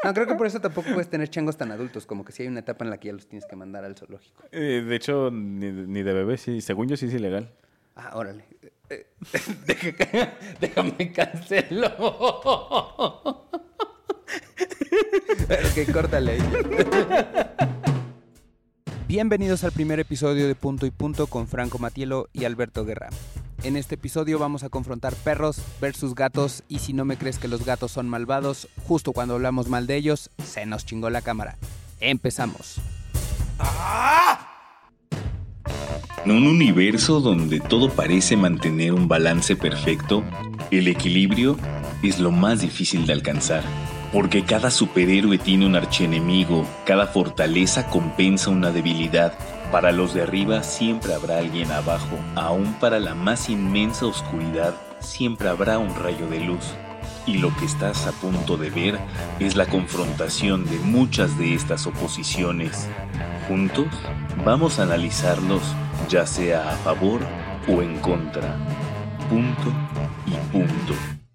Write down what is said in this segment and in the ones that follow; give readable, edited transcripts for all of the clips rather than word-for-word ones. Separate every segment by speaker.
Speaker 1: No, creo que por eso tampoco puedes tener changos tan adultos, como que sí hay una etapa en la que ya los tienes que mandar al zoológico.
Speaker 2: De hecho, ni de bebé, sí. Según yo, sí es ilegal.
Speaker 1: Ah, órale. Déjame cancelo. Ok, córtale ahí. Bienvenidos al primer episodio de Punto y Punto con Franco Matielo y Alberto Guerra. En este episodio vamos a confrontar perros versus gatos y si no me crees que los gatos son malvados, justo cuando hablamos mal de ellos, se nos chingó la cámara. Empezamos.
Speaker 3: En un universo donde todo parece mantener un balance perfecto, el equilibrio es lo más difícil de alcanzar. Porque cada superhéroe tiene un archienemigo, cada fortaleza compensa una debilidad. Para los de arriba siempre habrá alguien abajo, aún para la más inmensa oscuridad siempre habrá un rayo de luz. Y lo que estás a punto de ver es la confrontación de muchas de estas oposiciones. Juntos vamos a analizarlos, ya sea a favor o en contra. Punto y punto.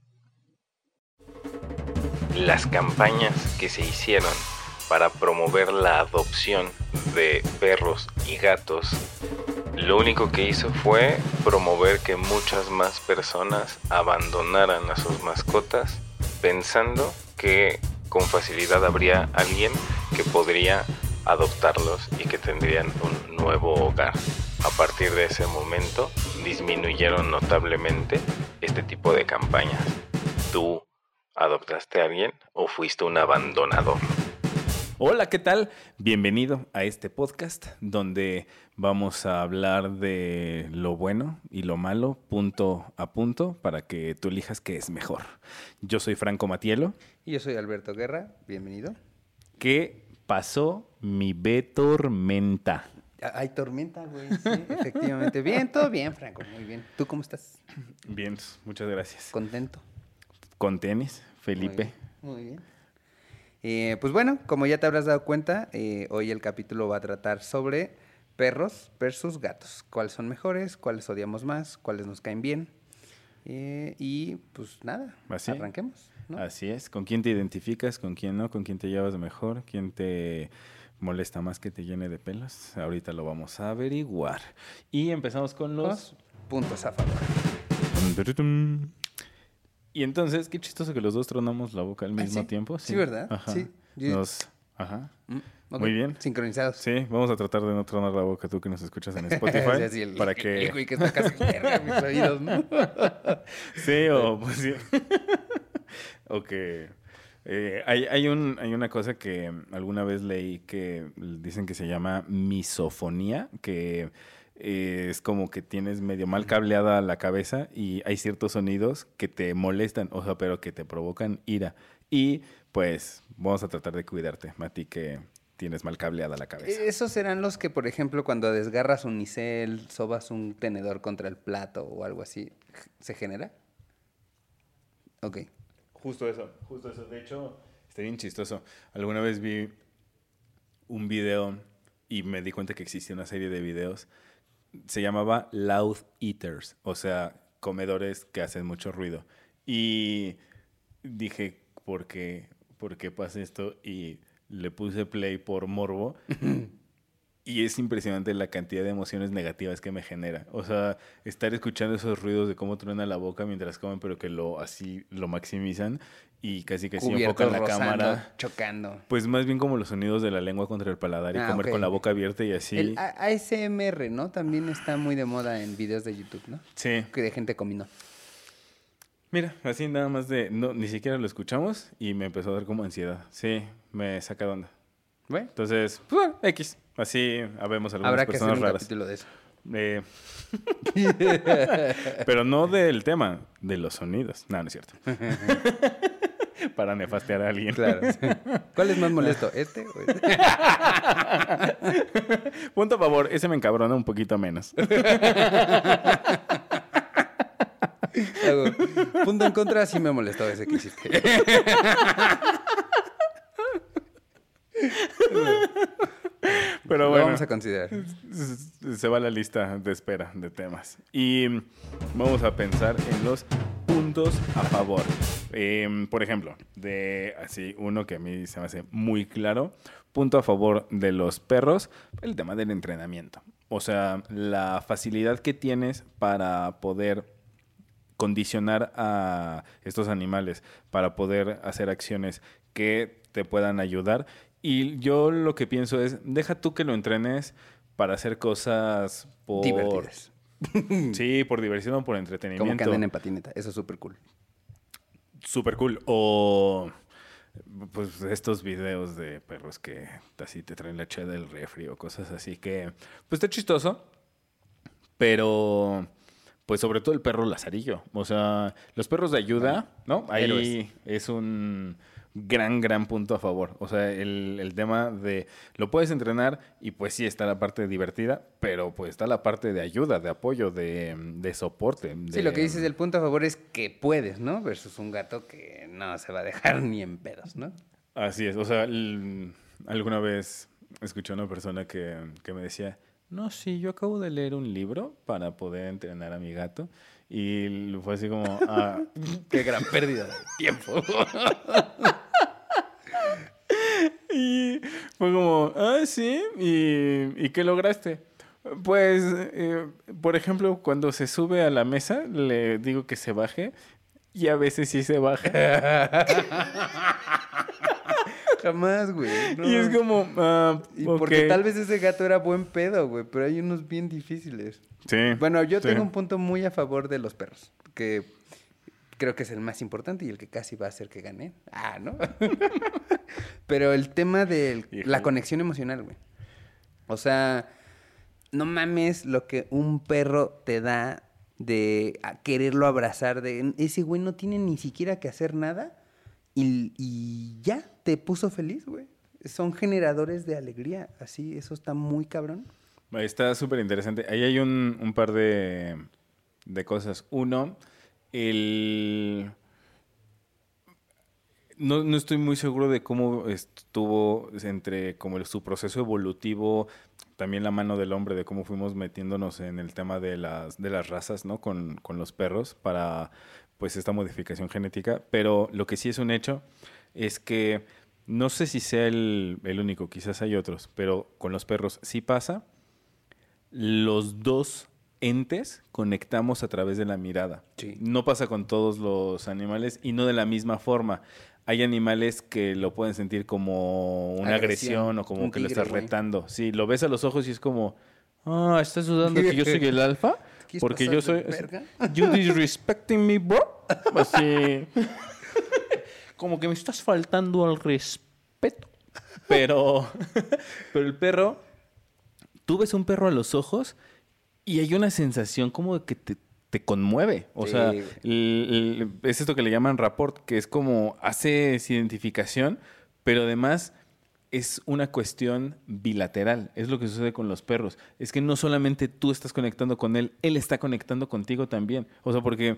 Speaker 4: Las campañas que se hicieron para promover la adopción de perros y gatos, lo único que hizo fue promover que muchas más personas abandonaran a sus mascotas pensando que con facilidad habría alguien que podría adoptarlos y que tendrían un nuevo hogar. A partir de ese momento disminuyeron notablemente este tipo de campañas. ¿Tú adoptaste a alguien o fuiste un abandonador?
Speaker 2: Hola, ¿qué tal? Bienvenido a este podcast donde vamos a hablar de lo bueno y lo malo, punto a punto, para que tú elijas qué es mejor. Yo soy Franco Matielo.
Speaker 1: Y yo soy Alberto Guerra, bienvenido.
Speaker 2: ¿Qué pasó, mi B-tormenta?
Speaker 1: Hay tormenta, güey, sí, efectivamente. Bien, todo bien, Franco, muy bien. ¿Tú cómo estás?
Speaker 2: Bien, muchas gracias.
Speaker 1: ¿Contento?
Speaker 2: Con tenis, Felipe.
Speaker 1: Muy bien. Pues bueno, como ya te habrás dado cuenta, hoy el capítulo va a tratar sobre perros versus gatos. ¿Cuáles son mejores? ¿Cuáles odiamos más? ¿Cuáles nos caen bien? Y pues nada,
Speaker 2: ¿Así?
Speaker 1: arranquemos, ¿no?
Speaker 2: Así es. ¿Con quién te identificas? ¿Con quién no? ¿Con quién te llevas mejor? ¿Quién te molesta más que te llene de pelos? Ahorita lo vamos a averiguar. Y empezamos con los
Speaker 1: puntos a favor.
Speaker 2: Y entonces, qué chistoso que los dos tronamos la boca al mismo tiempo.
Speaker 1: Sí, ¿verdad?
Speaker 2: Ajá.
Speaker 1: Sí.
Speaker 2: Ajá.
Speaker 1: Okay.
Speaker 2: Muy bien.
Speaker 1: Sincronizados.
Speaker 2: Sí, vamos a tratar de no tronar la boca tú que nos escuchas en Spotify.
Speaker 1: Sí,
Speaker 2: para que...
Speaker 1: El güey que está casi verga en mis oídos, ¿no?
Speaker 2: Sí, o pues sí. O que... hay una cosa que alguna vez leí que dicen que se llama misofonía, que es como que tienes medio mal cableada la cabeza y hay ciertos sonidos que te molestan, o sea, pero que te provocan ira. Y pues vamos a tratar de cuidarte, Mati, que tienes mal cableada la cabeza.
Speaker 1: ¿Esos serán los que, por ejemplo, cuando desgarras un unicel, sobas un tenedor contra el plato o algo así, se genera? Ok.
Speaker 2: Justo eso. De hecho, está bien chistoso. Alguna vez vi un video y me di cuenta que existía una serie de videos. Se llamaba Loud Eaters, o sea, comedores que hacen mucho ruido. Y dije, ¿por qué pasa esto? Y le puse play por morbo. Y es impresionante la cantidad de emociones negativas que me genera. O sea, estar escuchando esos ruidos de cómo truena la boca mientras comen, pero que lo maximizan y casi enfocan la cámara.
Speaker 1: Chocando.
Speaker 2: Pues más bien como los sonidos de la lengua contra el paladar y comer
Speaker 1: okay.
Speaker 2: Con la boca abierta y así.
Speaker 1: El ASMR, ¿no? También está muy de moda en videos de YouTube, ¿no?
Speaker 2: Sí.
Speaker 1: Que de gente comiendo.
Speaker 2: Mira, así nada más ni siquiera lo escuchamos y me empezó a dar como ansiedad. Sí, me saca de onda.
Speaker 1: ¿Bueno?
Speaker 2: Entonces, pues, X. Así habemos algunas personas raras.
Speaker 1: Habrá que hacer un capítulo de eso.
Speaker 2: Pero no del tema, de los sonidos. No es cierto. Para nefastear a alguien.
Speaker 1: Claro. Sí. ¿Cuál es más molesto? ¿Este o este?
Speaker 2: Punto a favor, ese me encabrona un poquito menos.
Speaker 1: Punto en contra, sí me molestó ese que hiciste.
Speaker 2: Pero bueno.
Speaker 1: vamos a considerar.
Speaker 2: Se va a la lista de espera de temas. Y vamos a pensar en los puntos a favor. Por ejemplo, así uno que a mí se me hace muy claro. Punto a favor de los perros, el tema del entrenamiento. O sea, la facilidad que tienes para poder condicionar a estos animales, para poder hacer acciones que te puedan ayudar. Y yo lo que pienso es, deja tú que lo entrenes para hacer cosas por...
Speaker 1: Divertidas.
Speaker 2: Sí, por diversión o por entretenimiento.
Speaker 1: Como que anden en patineta. Eso es súper cool.
Speaker 2: Súper cool. O pues estos videos de perros que así te traen la chela del refri o cosas así que pues está chistoso, pero pues sobre todo el perro lazarillo. O sea, los perros de ayuda, ¿no? Ahí
Speaker 1: Héroes.
Speaker 2: es un gran punto a favor. O sea, el tema de lo puedes entrenar y pues sí está la parte divertida, pero pues está la parte de ayuda, de apoyo, de soporte.
Speaker 1: Sí, lo que dices del punto a favor es que puedes, ¿no? Versus un gato que no se va a dejar ni en pedos, ¿no?
Speaker 2: Así es. O sea, alguna vez escuché a una persona que me decía, no, sí, yo acabo de leer un libro para poder entrenar a mi gato. Y fue así como,
Speaker 1: Qué gran pérdida de tiempo.
Speaker 2: Y fue como, sí, ¿y qué lograste? Pues, por ejemplo, cuando se sube a la mesa, le digo que se baje y a veces sí se baja.
Speaker 1: Jamás, güey. No.
Speaker 2: Y es como,
Speaker 1: Y
Speaker 2: ok.
Speaker 1: porque tal vez ese gato era buen pedo, güey, pero hay unos bien difíciles.
Speaker 2: Sí.
Speaker 1: Bueno, yo
Speaker 2: sí.
Speaker 1: tengo un punto muy a favor de los perros, que creo que es el más importante y el que casi va a hacer que gane. ¿No? Pero el tema de la
Speaker 2: Híjole.
Speaker 1: conexión emocional, güey. O sea, no mames lo que un perro te da de quererlo abrazar, de ese güey no tiene ni siquiera que hacer nada y ya te puso feliz, güey. Son generadores de alegría, así, eso está muy cabrón.
Speaker 2: Está súper interesante. Ahí hay un par de cosas. Uno, no estoy muy seguro de cómo estuvo entre como su proceso evolutivo, también la mano del hombre, de cómo fuimos metiéndonos en el tema de las razas, ¿no? Con los perros para pues esta modificación genética. Pero lo que sí es un hecho es que no sé si sea el único, quizás hay otros, pero con los perros sí pasa. Los dos entes conectamos a través de la mirada.
Speaker 1: Sí.
Speaker 2: No pasa con todos los animales y no de la misma forma. Hay animales que lo pueden sentir como una agresión o como
Speaker 1: un
Speaker 2: que lo
Speaker 1: tigre,
Speaker 2: estás
Speaker 1: güey.
Speaker 2: retando. Sí, lo ves a los ojos y es como, ¿estás dudando que yo soy el alfa?
Speaker 1: ¿Quieres
Speaker 2: Porque
Speaker 1: pasar
Speaker 2: yo
Speaker 1: de
Speaker 2: soy...
Speaker 1: verga?
Speaker 2: You disrespecting me, bro. Así... como que me estás faltando al respeto. Pero el perro... Tú ves un perro a los ojos y hay una sensación como de que te conmueve. O
Speaker 1: Sí,
Speaker 2: sea,
Speaker 1: güey.
Speaker 2: es esto que le llaman rapport, que es como haces identificación, pero además es una cuestión bilateral. Es lo que sucede con los perros. Es que no solamente tú estás conectando con él está conectando contigo también. O sea, porque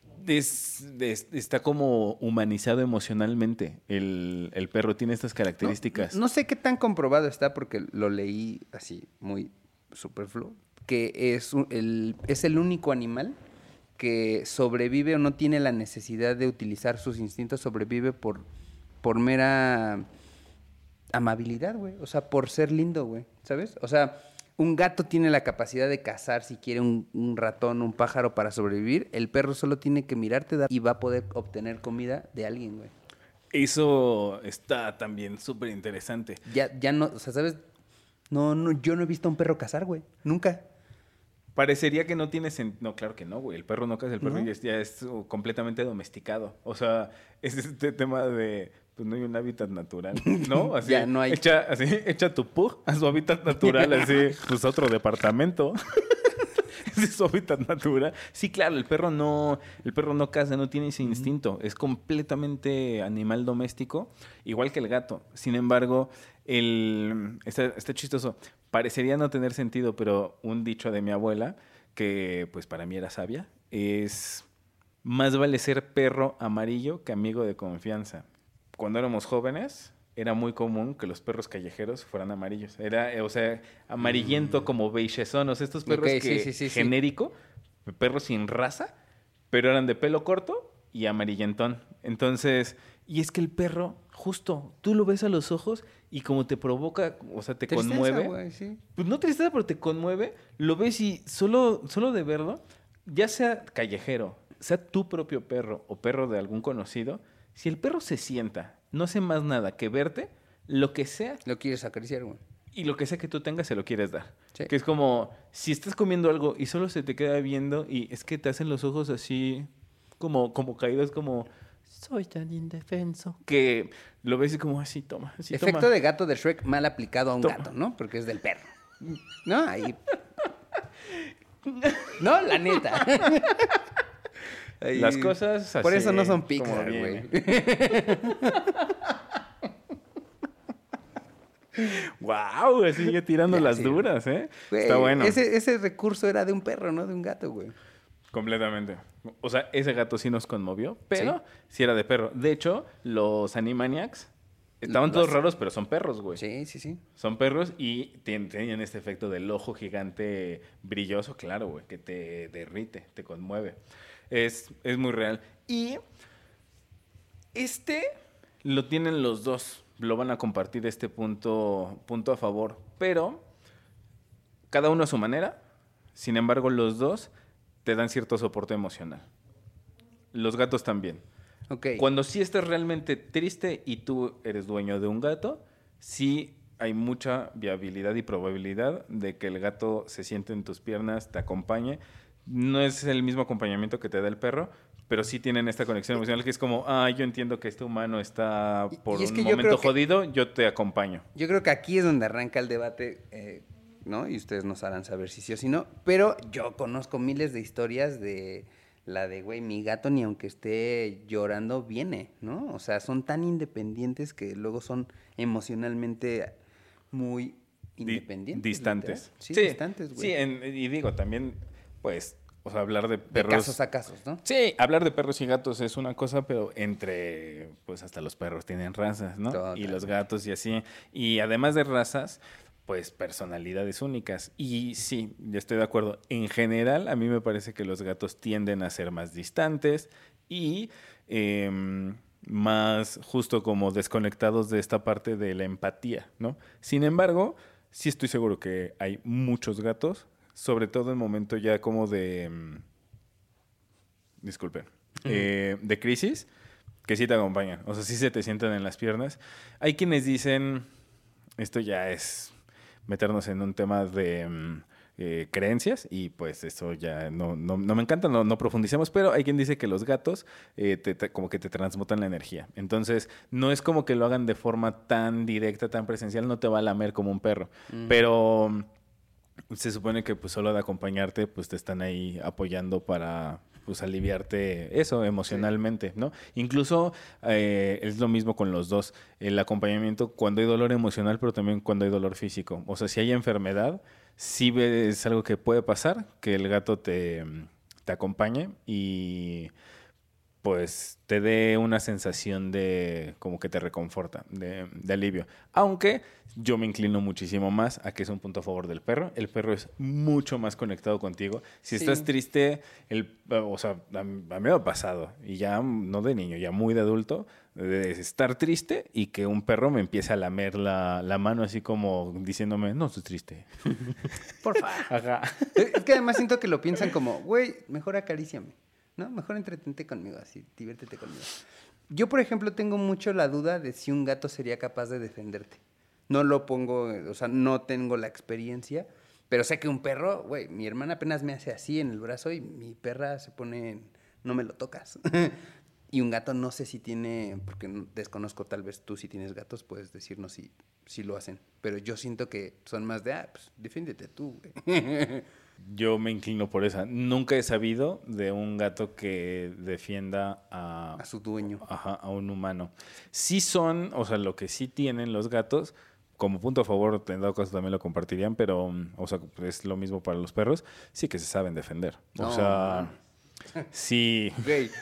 Speaker 2: está como humanizado emocionalmente. El perro tiene estas características.
Speaker 1: No sé qué tan comprobado está porque lo leí así muy superfluo, que es el único animal que sobrevive o no tiene la necesidad de utilizar sus instintos, sobrevive por mera amabilidad, güey. O sea, por ser lindo, güey, ¿sabes? O sea, un gato tiene la capacidad de cazar si quiere un ratón, un pájaro para sobrevivir. El perro solo tiene que mirarte y va a poder obtener comida de alguien, güey.
Speaker 2: Eso está también súper interesante.
Speaker 1: Ya no, o sea, ¿sabes? No, yo no he visto a un perro cazar, güey. Nunca.
Speaker 2: Parecería que no tiene sentido. No, claro que no, güey. El perro no caza, el perro
Speaker 1: ¿No?
Speaker 2: ya es completamente domesticado. O sea, es este tema de, pues no hay un hábitat natural, ¿no? Así,
Speaker 1: Ya no hay.
Speaker 2: Echa tu pug a su hábitat natural, así, pues a otro departamento. Ese es su hábitat natural. Sí, claro, el perro no caza, no tiene ese instinto. Es completamente animal doméstico, igual que el gato. Sin embargo, está chistoso. Parecería no tener sentido, pero un dicho de mi abuela, que pues para mí era sabia, es más vale ser perro amarillo que amigo de confianza. Cuando éramos jóvenes, era muy común que los perros callejeros fueran amarillos. Era, o sea, amarillento como beigezón. O sea, estos perros
Speaker 1: Ok,
Speaker 2: que
Speaker 1: sí.
Speaker 2: genérico, perros sin raza, pero eran de pelo corto y amarillentón. Entonces, y es que el perro, justo, tú lo ves a los ojos y como te provoca, o sea, te
Speaker 1: Tristeza,
Speaker 2: conmueve.
Speaker 1: güey, sí.
Speaker 2: Pues no tristeza, pero te conmueve. Lo ves y solo de verlo, ya sea callejero, sea tu propio perro o perro de algún conocido, si el perro se sienta, no hace más nada que verte, lo que sea,
Speaker 1: Lo quieres acariciar, güey.
Speaker 2: y lo que sea que tú tengas, se lo quieres dar.
Speaker 1: Sí.
Speaker 2: Que es como, si estás comiendo algo y solo se te queda viendo y es que te hacen los ojos así, como caídos, como, soy tan indefenso. Que lo ves y como, así, toma, así,
Speaker 1: Efecto
Speaker 2: toma.
Speaker 1: de gato de Shrek mal aplicado a un
Speaker 2: Toma.
Speaker 1: gato, ¿no? Porque es del perro. ¿No? Ahí. No, la neta. Ahí.
Speaker 2: Las cosas así.
Speaker 1: Por eso no son
Speaker 2: como
Speaker 1: Pixar,
Speaker 2: viene.
Speaker 1: güey.
Speaker 2: Wow, sigue tirando
Speaker 1: Ya,
Speaker 2: las
Speaker 1: sí.
Speaker 2: duras, ¿eh?
Speaker 1: Güey,
Speaker 2: Está bueno.
Speaker 1: Ese recurso era de un perro, no de un gato, güey.
Speaker 2: Completamente. O sea, ese gato sí nos conmovió, pero sí era de perro. De hecho, los Animaniacs estaban todos raros, pero son perros, güey.
Speaker 1: Sí.
Speaker 2: Son perros y tenían este efecto del ojo gigante brilloso, claro, güey, que te derrite, te conmueve. Es muy real. Y lo tienen los dos. Lo van a compartir este punto a favor. Pero cada uno a su manera. Sin embargo, los dos te dan cierto soporte emocional. Los gatos también.
Speaker 1: Ok.
Speaker 2: Cuando sí estás realmente triste y tú eres dueño de un gato, sí hay mucha viabilidad y probabilidad de que el gato se siente en tus piernas, te acompañe. No es el mismo acompañamiento que te da el perro, pero sí tienen esta conexión emocional que es como, yo entiendo que este humano está por
Speaker 1: Y es
Speaker 2: un
Speaker 1: que yo
Speaker 2: momento
Speaker 1: creo que-
Speaker 2: jodido, yo te acompaño.
Speaker 1: Yo creo que aquí es donde arranca el debate, ¿no? Y ustedes nos harán saber si sí o si no. Pero yo conozco miles de historias de la de, güey, mi gato ni aunque esté llorando viene, ¿no? O sea, son tan independientes que luego son emocionalmente muy independientes.
Speaker 2: Distantes.
Speaker 1: literal. Sí, distantes, güey.
Speaker 2: Sí, y digo, también, pues, o sea, hablar de
Speaker 1: De
Speaker 2: perros...
Speaker 1: casos a casos, ¿no?
Speaker 2: Sí, hablar de perros y gatos es una cosa, pero pues hasta los perros tienen razas, ¿no?
Speaker 1: Total.
Speaker 2: Y los gatos y así. Y además de razas, pues personalidades únicas. Y sí, yo estoy de acuerdo. En general, a mí me parece que los gatos tienden a ser más distantes y más justo como desconectados de esta parte de la empatía, ¿no? Sin embargo, sí estoy seguro que hay muchos gatos, sobre todo en momento ya como de... disculpen. De crisis, que sí te acompañan. O sea, sí se te sientan en las piernas. Hay quienes dicen, esto ya es meternos en un tema de creencias, y pues eso ya no me encanta, no profundicemos, pero hay quien dice que los gatos como que te transmutan la energía. Entonces, no es como que lo hagan de forma tan directa, tan presencial, no te va a lamer como un perro. Pero se supone que pues solo de acompañarte, pues te están ahí apoyando para pues aliviarte eso emocionalmente, ¿no? Incluso es lo mismo con los dos. El acompañamiento cuando hay dolor emocional, pero también cuando hay dolor físico. O sea, si hay enfermedad, sí es algo que puede pasar, que el gato te acompañe y pues te dé una sensación de como que te reconforta, de alivio. Aunque yo me inclino muchísimo más a que es un punto a favor del perro. El perro es mucho más conectado contigo. Si
Speaker 1: Sí.
Speaker 2: estás triste, o sea, a mí me ha pasado, y ya no de niño, ya muy de adulto, de estar triste y que un perro me empiece a lamer la mano así como diciéndome, no estoy triste.
Speaker 1: Porfa.
Speaker 2: Ajá.
Speaker 1: Es que además siento que lo piensan como, güey, mejor acaríciame, ¿no? Mejor entretente conmigo, así, diviértete conmigo. Yo, por ejemplo, tengo mucho la duda de si un gato sería capaz de defenderte. No lo pongo, o sea, no tengo la experiencia, pero sé que un perro, güey, mi hermana apenas me hace así en el brazo y mi perra se pone, no me lo tocas. Y un gato no sé si tiene, porque desconozco, tal vez tú si tienes gatos puedes decirnos si lo hacen. Pero yo siento que son más de, pues defiéndete tú, güey.
Speaker 2: Yo me inclino por esa. Nunca he sabido de un gato que defienda
Speaker 1: A su dueño.
Speaker 2: a un humano. Sí son, o sea, lo que sí tienen los gatos, como punto a favor, en dado caso también lo compartirían, pero, o sea, es lo mismo para los perros, sí que se saben defender. O
Speaker 1: No.
Speaker 2: sea, sí.
Speaker 1: Güey,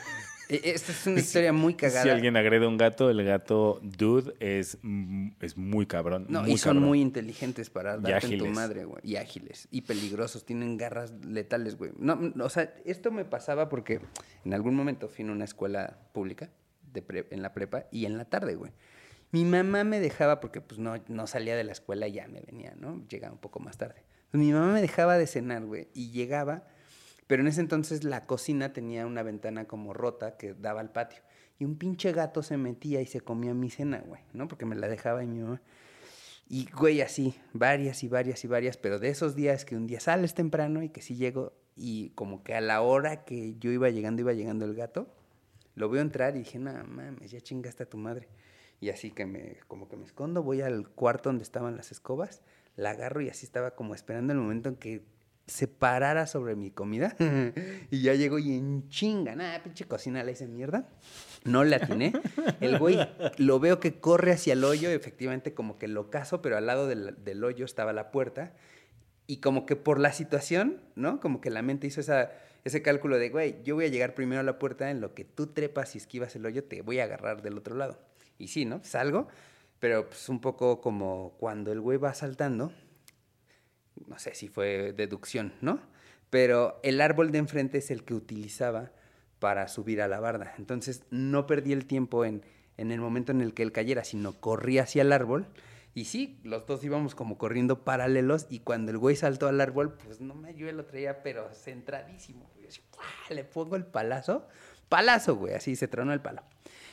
Speaker 1: Esta es una historia muy cagada.
Speaker 2: Si alguien agrede a un gato, el gato dude es muy cabrón.
Speaker 1: No,
Speaker 2: muy
Speaker 1: y son
Speaker 2: cabrón.
Speaker 1: muy inteligentes para darte en tu
Speaker 2: ágiles.
Speaker 1: madre, güey. Y ágiles. Y peligrosos. Tienen garras letales, güey. No, o sea, esto me pasaba porque en algún momento fui a una escuela pública en la prepa y en la tarde, güey. Mi mamá me dejaba, porque pues no salía de la escuela y ya me venía, ¿no? Llegaba un poco más tarde. Entonces, mi mamá me dejaba de cenar, güey, y llegaba, pero en ese entonces la cocina tenía una ventana como rota que daba al patio. Y un pinche gato se metía y se comía mi cena, güey, ¿no? Porque me la dejaba y mi mamá. Y, güey, así, varias, pero de esos días que un día sales temprano y que sí llego y como que a la hora que yo iba llegando el gato, lo veo entrar y dije, no mames, ya chingaste a tu madre. Y así que como que me escondo, voy al cuarto donde estaban las escobas, la agarro y así estaba como esperando el momento en que se parara sobre mi comida. Y ya llegó y en chinga, nada, pinche cocina la hice mierda. No le atiné. El güey lo veo que corre hacia el hoyo, efectivamente como que lo cazo, pero al lado del hoyo estaba la puerta. Y como que por la situación, ¿no? Como que la mente hizo ese cálculo de, güey, yo voy a llegar primero a la puerta, en lo que tú trepas y esquivas el hoyo, te voy a agarrar del otro lado. Y sí, ¿no? Salgo, pero pues un poco como cuando el güey va saltando, no sé si fue deducción, ¿no? Pero el árbol de enfrente es el que utilizaba para subir a la barda. Entonces no perdí el tiempo en el momento en el que él cayera, sino corrí hacia el árbol. Y sí, los dos íbamos como corriendo paralelos y cuando el güey saltó al árbol, pues no me ayudé, lo traía, pero centradísimo. Güey. Así, le pongo el palazo, güey, así se tronó el palo.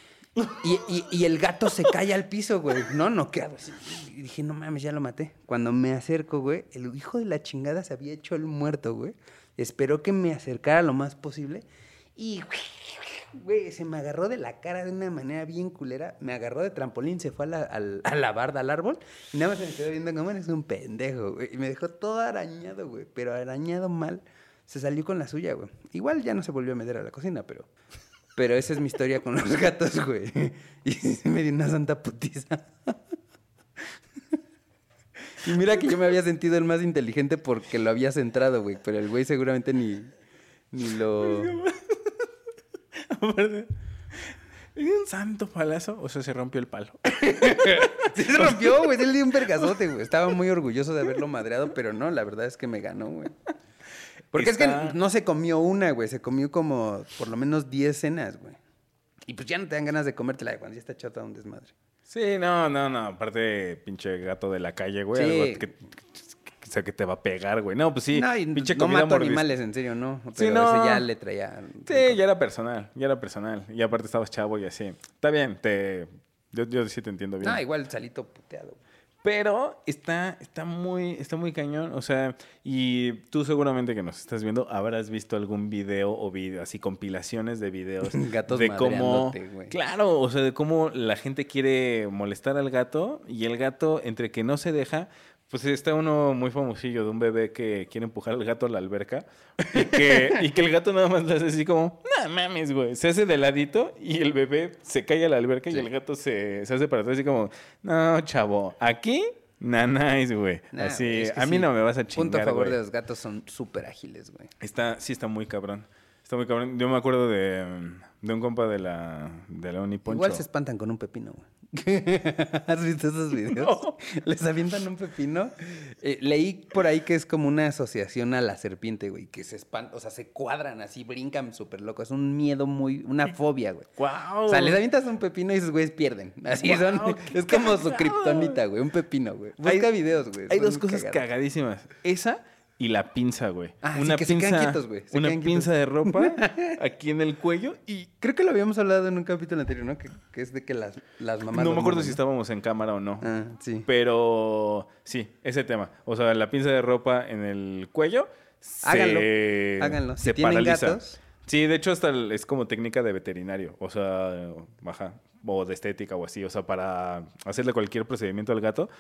Speaker 1: Y el gato se cae al piso, güey. No quedaba así. Y dije, no mames, ya lo maté. Cuando me acerco, güey, el hijo de la chingada se había hecho el muerto, güey. Esperó que me acercara lo más posible. Y, güey, se me agarró de la cara de una manera bien culera. Me agarró de trampolín, se fue a la barda, al árbol. Y nada más se me quedó viendo como eres un pendejo, güey. Y me dejó todo arañado, güey. Pero arañado mal. Se salió con la suya, güey. Igual ya no se volvió a meter a la cocina, pero esa es mi historia con los gatos, güey. Y me dio una santa putiza. Y mira que yo me había sentido el más inteligente porque lo había centrado, güey. Pero el güey seguramente ni lo...
Speaker 2: Aparte, ¿le dio un santo palazo o sea, se rompió el palo?
Speaker 1: Sí se rompió, güey. Sí le dio un vergazote, güey. Estaba muy orgulloso de haberlo madreado, pero no, la verdad es que me ganó, güey. Porque es que no se comió una, güey. Se comió como por lo menos 10 cenas, güey. Y pues ya no te dan ganas de comértela cuando ya está chata un desmadre.
Speaker 2: Sí, no. Aparte, pinche gato de la calle, güey.
Speaker 1: Sí.
Speaker 2: Algo que te va a pegar, güey. No, pues sí.
Speaker 1: No, y
Speaker 2: pinche
Speaker 1: no
Speaker 2: comida
Speaker 1: mato animales, en serio, no. Pero
Speaker 2: sí, no.
Speaker 1: ese ya le traía...
Speaker 2: Sí, ya era personal. Y aparte estabas chavo y así. Está bien, yo sí te entiendo bien.
Speaker 1: No, igual salito puteado, güey.
Speaker 2: Pero está muy cañón. O sea, y tú seguramente que nos estás viendo, habrás visto algún video o así compilaciones de videos
Speaker 1: Gatos
Speaker 2: de cómo,
Speaker 1: madreándote, güey.
Speaker 2: claro, o sea, de cómo la gente quiere molestar al gato y el gato entre que no se deja. Pues está uno muy famosillo de un bebé que quiere empujar al gato a la alberca y que el gato nada más le hace así como, no mames, güey. Se hace de ladito y el bebé se cae a la alberca y el gato se hace para atrás así como, no, chavo, aquí, nanáis, güey.
Speaker 1: Nah,
Speaker 2: así,
Speaker 1: güey, es que
Speaker 2: a mí
Speaker 1: sí.
Speaker 2: no me vas a chingar,
Speaker 1: Punto a favor
Speaker 2: güey.
Speaker 1: de los gatos, son súper ágiles, güey.
Speaker 2: Sí está muy cabrón. Está muy cabrón. Yo me acuerdo de un compa de la Uniponcho.
Speaker 1: Igual se espantan con un pepino, güey. ¿Has visto esos videos?
Speaker 2: No.
Speaker 1: Les avientan un pepino. Leí por ahí que es como una asociación a la serpiente, güey. Que se espantan, o sea, se cuadran así, brincan súper loco. Es un miedo una fobia, güey.
Speaker 2: ¡Guau!
Speaker 1: O sea, les avientas un pepino y esos güeyes pierden. Así
Speaker 2: ¡Guau!
Speaker 1: son.
Speaker 2: ¡Qué
Speaker 1: Es como su
Speaker 2: cagado!
Speaker 1: kriptonita, güey. Un pepino, güey. Busca videos, güey.
Speaker 2: Hay
Speaker 1: son
Speaker 2: dos cosas
Speaker 1: cagadas.
Speaker 2: cagadísimas. Esa y la pinza, güey.
Speaker 1: Ah, sí,
Speaker 2: una
Speaker 1: que se
Speaker 2: pinza,
Speaker 1: quedan quietos, güey.
Speaker 2: Una
Speaker 1: quedan
Speaker 2: pinza
Speaker 1: quietos.
Speaker 2: de ropa aquí en el cuello y
Speaker 1: Creo que lo habíamos hablado en un capítulo anterior, ¿no? Que es de que las mamás...
Speaker 2: no
Speaker 1: los
Speaker 2: me acuerdo
Speaker 1: mueven,
Speaker 2: si
Speaker 1: ¿no?
Speaker 2: estábamos en cámara o no.
Speaker 1: Ah, sí.
Speaker 2: Pero sí, ese tema. O sea, la pinza de ropa en el cuello
Speaker 1: Háganlo.
Speaker 2: se
Speaker 1: Si tienen
Speaker 2: paraliza.
Speaker 1: gatos...
Speaker 2: Sí, de hecho hasta es como técnica de veterinario, o sea, o de estética o así, o sea, para hacerle cualquier procedimiento al gato,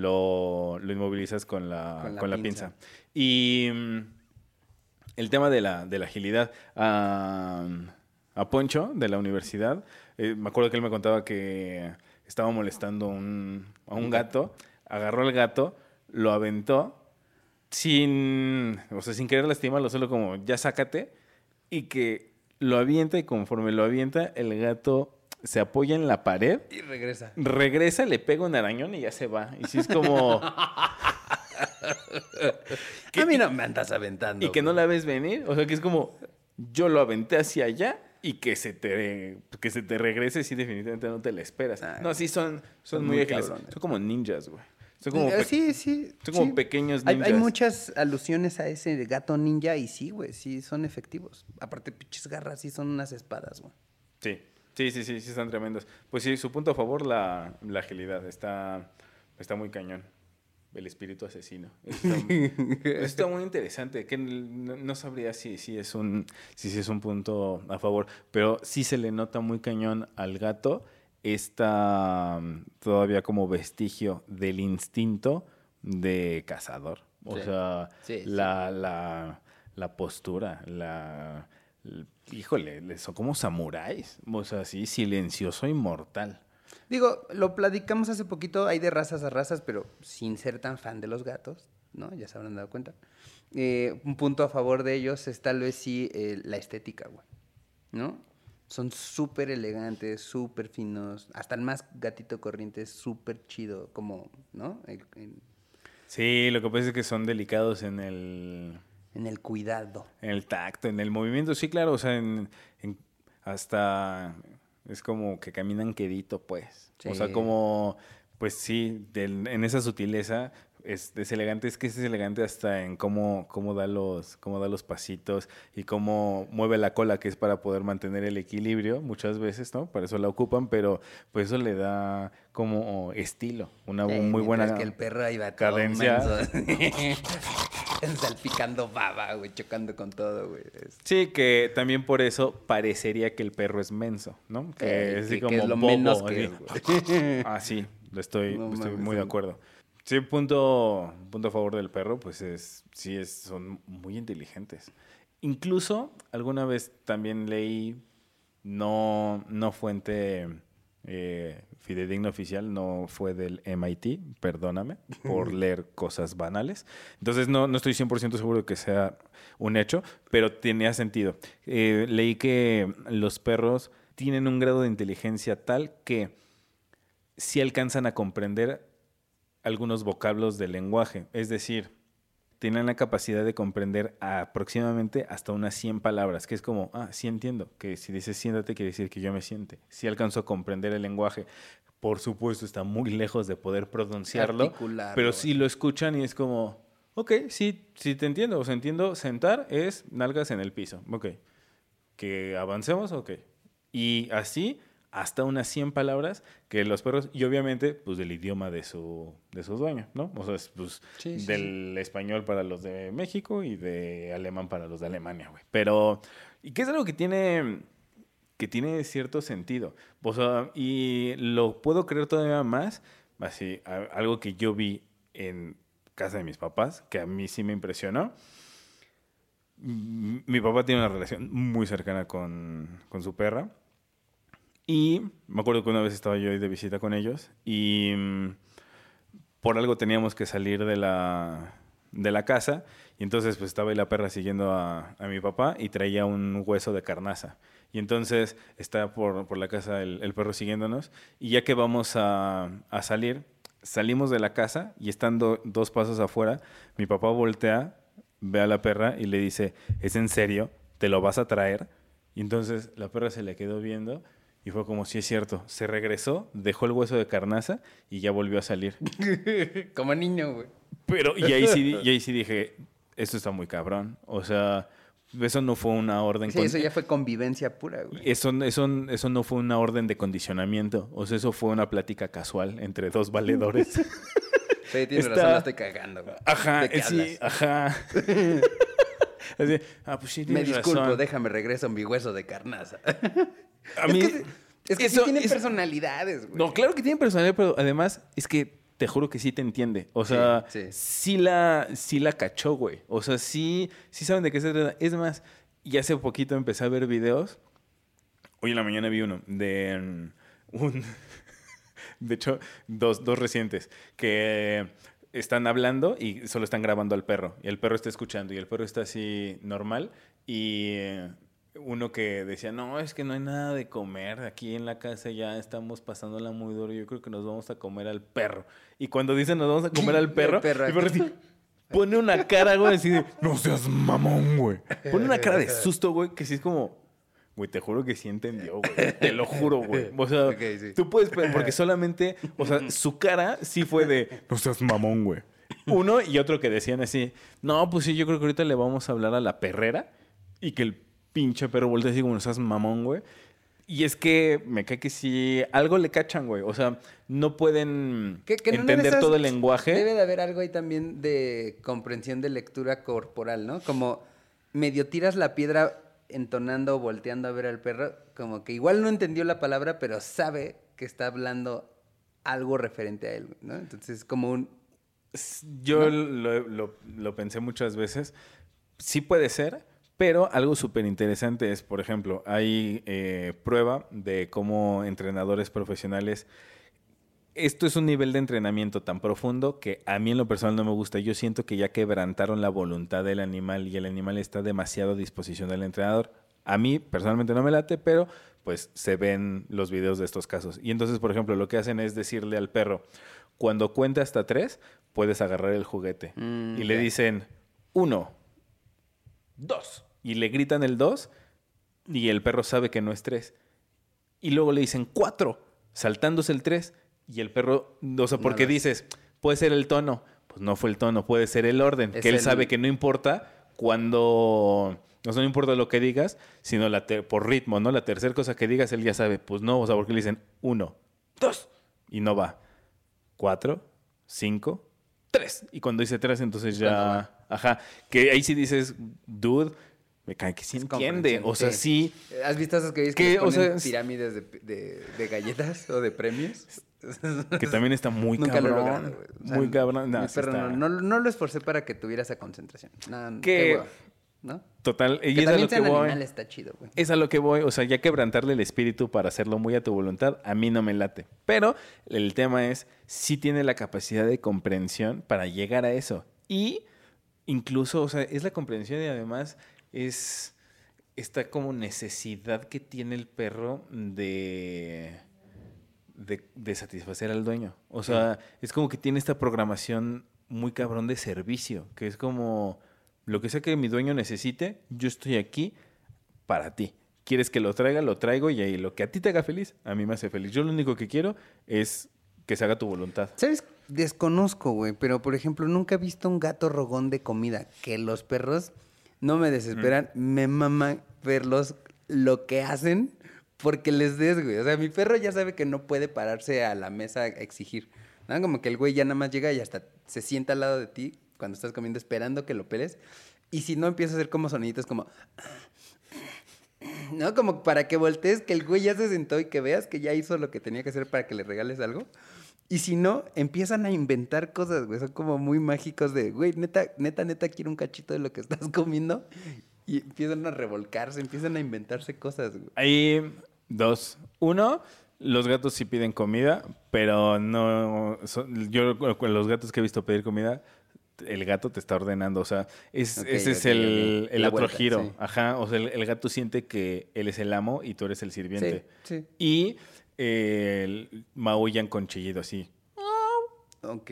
Speaker 2: lo inmovilizas con la pinza. Y el tema de la agilidad, a Poncho de la universidad, me acuerdo que él me contaba que estaba molestando a un gato, agarró al gato, lo aventó sin querer lastimarlo, solo como, ya sácate. Y que lo avienta y conforme lo avienta, el gato se apoya en la pared.
Speaker 1: Y regresa.
Speaker 2: Regresa, le pega un arañón y ya se va. Y sí es como...
Speaker 1: A mí no me andas aventando.
Speaker 2: Y que no la ves venir. O sea, que es como... Yo lo aventé hacia allá y que se te regrese, sí, definitivamente no te la esperas.
Speaker 1: Ay,
Speaker 2: no, sí, son muy ágiles.
Speaker 1: cabrones.
Speaker 2: Son como ninjas, güey. Son como,
Speaker 1: Sí.
Speaker 2: son como pequeños
Speaker 1: Hay
Speaker 2: ninjas.
Speaker 1: muchas alusiones a ese gato ninja y sí, güey, sí son efectivos. Aparte, pinches garras, sí son unas espadas, güey.
Speaker 2: Sí, están tremendos. Pues sí, su punto a favor, la agilidad. Está muy cañón. El espíritu asesino. Está muy interesante. Que no sabría si es un punto a favor. Pero sí se le nota muy cañón al gato todavía como vestigio del instinto de cazador. O sea, la postura, híjole, son como samuráis. O sea, sí, silencioso y mortal.
Speaker 1: Digo, lo platicamos hace poquito, hay de razas a razas, pero sin ser tan fan de los gatos, ¿no? Ya se habrán dado cuenta. Un punto a favor de ellos es tal vez sí la estética, güey, ¿no? Son súper elegantes, súper finos, hasta el más gatito corriente es súper chido, como, ¿no?
Speaker 2: Sí, lo que pasa es que son delicados en
Speaker 1: el cuidado.
Speaker 2: En el tacto, en el movimiento, sí, claro, o sea, hasta es como que caminan quedito, pues. Sí. O sea, como, pues sí, en esa sutileza es elegante, es que es elegante hasta en cómo da los pasitos y cómo mueve la cola, que es para poder mantener el equilibrio muchas veces, ¿no? Para eso la ocupan, pero pues eso le da como estilo, una muy buena
Speaker 1: que el perro iba
Speaker 2: cadencia.
Speaker 1: Salpicando baba, güey, chocando con todo, güey.
Speaker 2: Sí, que también por eso parecería que el perro es menso, ¿no? Que es así como
Speaker 1: que es lo
Speaker 2: bobo,
Speaker 1: menos que
Speaker 2: es, Ah, sí, estoy muy de acuerdo. Sí, punto a favor del perro, pues son muy inteligentes. Incluso alguna vez también leí, no fuente fidedigna oficial, no fue del MIT, perdóname por leer cosas banales. Entonces no estoy 100% seguro de que sea un hecho, pero tenía sentido. Leí que los perros tienen un grado de inteligencia tal que sí alcanzan a comprender algunos vocablos del lenguaje. Es decir, tienen la capacidad de comprender aproximadamente hasta unas 100 palabras, que es como, sí entiendo, que si dices siéntate quiere decir que yo me siente. Sí alcanzo a comprender el lenguaje. Por supuesto, está muy lejos de poder pronunciarlo, pero sí lo escuchan y es como, ok, sí te entiendo. O sea, entiendo, sentar es nalgas en el piso. Ok. Que avancemos, ok. Y así hasta unas 100 palabras que los perros, y obviamente, pues del idioma de su dueño, ¿no? O sea, pues del español para los de México y de alemán para los de Alemania, güey. Pero, y que es algo que tiene cierto sentido. O sea, y lo puedo creer todavía más, así, algo que yo vi en casa de mis papás, que a mí sí me impresionó. Mi papá tiene una relación muy cercana con su perra. Y me acuerdo que una vez estaba yo ahí de visita con ellos y por algo teníamos que salir de la casa y entonces pues estaba ahí la perra siguiendo a mi papá y traía un hueso de carnaza. Y entonces está por la casa el perro siguiéndonos y ya que vamos a salir, salimos de la casa y estando 2 pasos afuera, mi papá voltea, ve a la perra y le dice, ¿es en serio? ¿Te lo vas a traer? Y entonces la perra se le quedó viendo. Y fue como, sí es cierto. Se regresó, dejó el hueso de carnaza y ya volvió a salir.
Speaker 1: Como niño, güey.
Speaker 2: Pero, y ahí sí dije, esto está muy cabrón. O sea, eso no fue una orden...
Speaker 1: Sí, eso ya fue convivencia pura, güey.
Speaker 2: Eso no fue una orden de condicionamiento. O sea, eso fue una plática casual entre 2 valedores.
Speaker 1: Sí, tienes razón, la estoy cagando, güey.
Speaker 2: Ajá,
Speaker 1: ¿De qué
Speaker 2: sí,
Speaker 1: hablas?
Speaker 2: ajá. Así, pues sí,
Speaker 1: Me disculpo,
Speaker 2: razón.
Speaker 1: déjame regreso mi hueso de carnaza.
Speaker 2: A mí...
Speaker 1: Es que sí tienen personalidades, güey.
Speaker 2: No, claro que tienen personalidad, pero además es que te juro que sí te entiende. O sea, sí la cachó, güey. O sea, sí saben de qué se trata. Es más, y hace poquito empecé a ver videos. Hoy en la mañana vi uno de de hecho, dos recientes que están hablando y solo están grabando al perro. Y el perro está escuchando y el perro está así normal y... uno que decía, no, es que no hay nada de comer. Aquí en la casa ya estamos pasándola muy duro. Yo creo que nos vamos a comer al perro. Y cuando dicen nos vamos a comer al perro, el perro así, pone una cara, güey, así de, no seas mamón, güey. Pone una cara de susto, güey, que sí es como, güey, te juro que sí entendió, güey. Te lo juro, güey. O sea, okay, sí. Tú puedes, porque solamente, o sea, su cara sí fue de, no seas mamón, güey. Uno y otro que decían así, no, pues sí, yo creo que ahorita le vamos a hablar a la perrera y que el pinche perro voltea así como, no seas mamón, güey. Y es que me cae que sí, algo le cachan, güey. O sea, no pueden entender no todo el lenguaje.
Speaker 1: Debe de haber algo ahí también de comprensión de lectura corporal, ¿no? Como medio tiras la piedra entonando o volteando a ver al perro, como que igual no entendió la palabra, pero sabe que está hablando algo referente a él, ¿no? Entonces, como un...
Speaker 2: Yo ¿no? lo pensé muchas veces. Sí puede ser, pero algo súper interesante es, por ejemplo, hay prueba de cómo entrenadores profesionales... Esto es un nivel de entrenamiento tan profundo que a mí en lo personal no me gusta. Yo siento que ya quebrantaron la voluntad del animal y el animal está demasiado a disposición del entrenador. A mí personalmente no me late, pero pues se ven los videos de estos casos. Y entonces, por ejemplo, lo que hacen es decirle al perro, cuando cuente hasta 3, puedes agarrar el juguete. Y le dicen 1, 2. Y le gritan el 2 y el perro sabe que no es 3. Y luego le dicen 4, saltándose el 3. Y el perro, o sea, porque dices, puede ser el tono. Pues no fue el tono, puede ser el orden. Es que él sabe que no importa cuando... O sea, no importa lo que digas, sino por ritmo, ¿no? La tercera cosa que digas, él ya sabe. Pues no, o sea, porque le dicen 1, 2, y no va. 4, 5, 3. Y cuando dice 3, entonces ya... Ajá. Que ahí sí dices, dude... Me cae que sí entiende, o sea, sí.
Speaker 1: ¿Has visto esos que dices que ponen pirámides de galletas o de premios?
Speaker 2: Que también está muy
Speaker 1: Nunca
Speaker 2: cabrón.
Speaker 1: Lo he logrado, güey. O sea,
Speaker 2: muy cabrón. No,
Speaker 1: pero está... no lo esforcé para que tuviera esa concentración. No,
Speaker 2: qué
Speaker 1: huevo, ¿no?
Speaker 2: Total.
Speaker 1: Que
Speaker 2: y es a lo que voy.
Speaker 1: Animal está chido, güey.
Speaker 2: Es a lo que voy. O sea, ya quebrantarle el espíritu para hacerlo muy a tu voluntad, a mí no me late. Pero el tema es, sí tiene la capacidad de comprensión para llegar a eso. Y incluso, o sea, es la comprensión y además... es esta como necesidad que tiene el perro de satisfacer al dueño. O sea, es como que tiene esta programación muy cabrón de servicio, que es como lo que sea que mi dueño necesite, yo estoy aquí para ti. ¿Quieres que lo traiga? Lo traigo y ahí lo que a ti te haga feliz, a mí me hace feliz. Yo lo único que quiero es que se haga tu voluntad.
Speaker 1: ¿Sabes? Desconozco, güey, pero por ejemplo, nunca he visto un gato rogón de comida, que los perros... No me desesperan, me mama verlos lo que hacen porque les des, güey. O sea, mi perro ya sabe que no puede pararse a la mesa a exigir, ¿no? Como que el güey ya nada más llega y hasta se sienta al lado de ti cuando estás comiendo esperando que lo peles. Y si no, empieza a hacer como soniditos como... ¿no? Como para que voltees, que el güey ya se sentó y que veas que ya hizo lo que tenía que hacer para que le regales algo. Y si no, empiezan a inventar cosas, güey. Son como muy mágicos de, güey, neta, quiero un cachito de lo que estás comiendo. Y empiezan a revolcarse, empiezan a inventarse cosas, güey.
Speaker 2: Hay 2. 1, los gatos sí piden comida, pero no... yo con los gatos que he visto pedir comida, el gato te está ordenando. O sea, ese es el otro vuelta, giro. Sí. Ajá, o sea, el gato siente que él es el amo y tú eres el sirviente.
Speaker 1: Sí.
Speaker 2: Y... maullan con chillido así.
Speaker 1: Ok.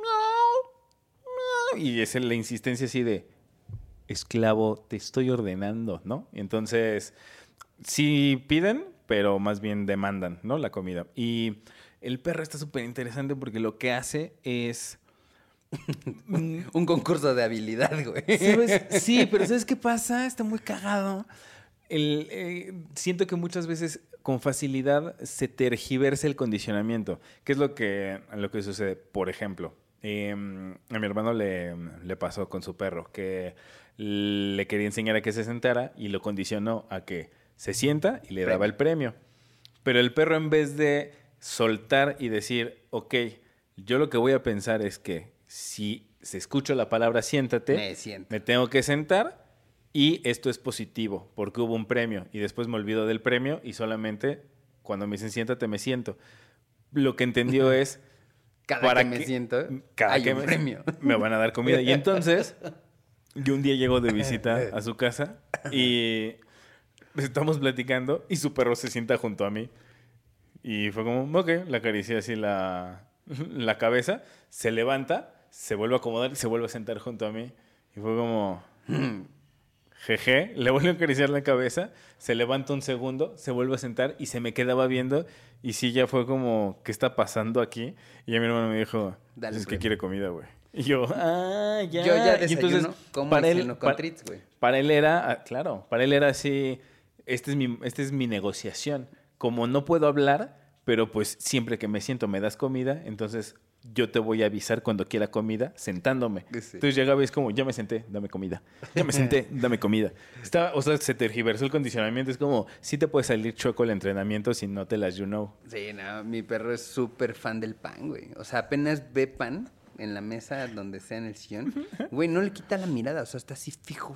Speaker 2: Y es la insistencia así de esclavo, te estoy ordenando, ¿no? Y entonces sí piden, pero más bien demandan, ¿no? La comida. Y el perro está súper interesante porque lo que hace es
Speaker 1: un concurso de habilidad, güey.
Speaker 2: ¿Sabes? Sí, pero ¿sabes qué pasa? Está muy cagado. Siento que muchas veces con facilidad se tergiversa el condicionamiento. ¿Qué es lo que sucede? Por ejemplo, a mi hermano le pasó con su perro que le quería enseñar a que se sentara y lo condicionó a que se sienta y le daba el premio. Pero el perro, en vez de soltar y decir, ok, yo lo que voy a pensar es que si se escucha la palabra siéntate, me tengo que sentar. Y esto es positivo, porque hubo un premio. Y después me olvido del premio y solamente cuando me dicen siéntate, me siento. Lo que entendió es...
Speaker 1: Cada que me siento, hay un premio.
Speaker 2: Me van a dar comida. Y entonces, yo un día llego de visita a su casa y estamos platicando y su perro se sienta junto a mí. Y fue como, ok, le acaricié así la cabeza, se levanta, se vuelve a acomodar y se vuelve a sentar junto a mí. Y fue como, jeje, le vuelvo a acariciar la cabeza, se levanta un segundo, se vuelve a sentar y se me quedaba viendo. Y sí, ya fue como, ¿qué está pasando aquí? Y ya mi hermano me dijo,
Speaker 1: Dale,
Speaker 2: es que
Speaker 1: güey.
Speaker 2: quiere comida, güey. Y yo, ya.
Speaker 1: Yo ya
Speaker 2: Y
Speaker 1: desayuno,
Speaker 2: entonces,
Speaker 1: como
Speaker 2: para
Speaker 1: y
Speaker 2: él,
Speaker 1: ceno con treats, güey.
Speaker 2: para él era, claro, para él era así, esta es mi negociación. Como no puedo hablar, pero pues siempre que me siento me das comida, entonces yo te voy a avisar cuando quiera comida sentándome.
Speaker 1: Sí.
Speaker 2: Entonces llegaba y es como, ya me senté, dame comida. Ya me senté, dame comida. O sea, se tergiversó el condicionamiento. Es como, sí te puede salir choco el entrenamiento si no te las you know.
Speaker 1: Sí, no, mi perro es súper fan del pan, güey. O sea, apenas ve pan en la mesa donde sea en el sillón, güey, no le quita la mirada. O sea, está así fijo.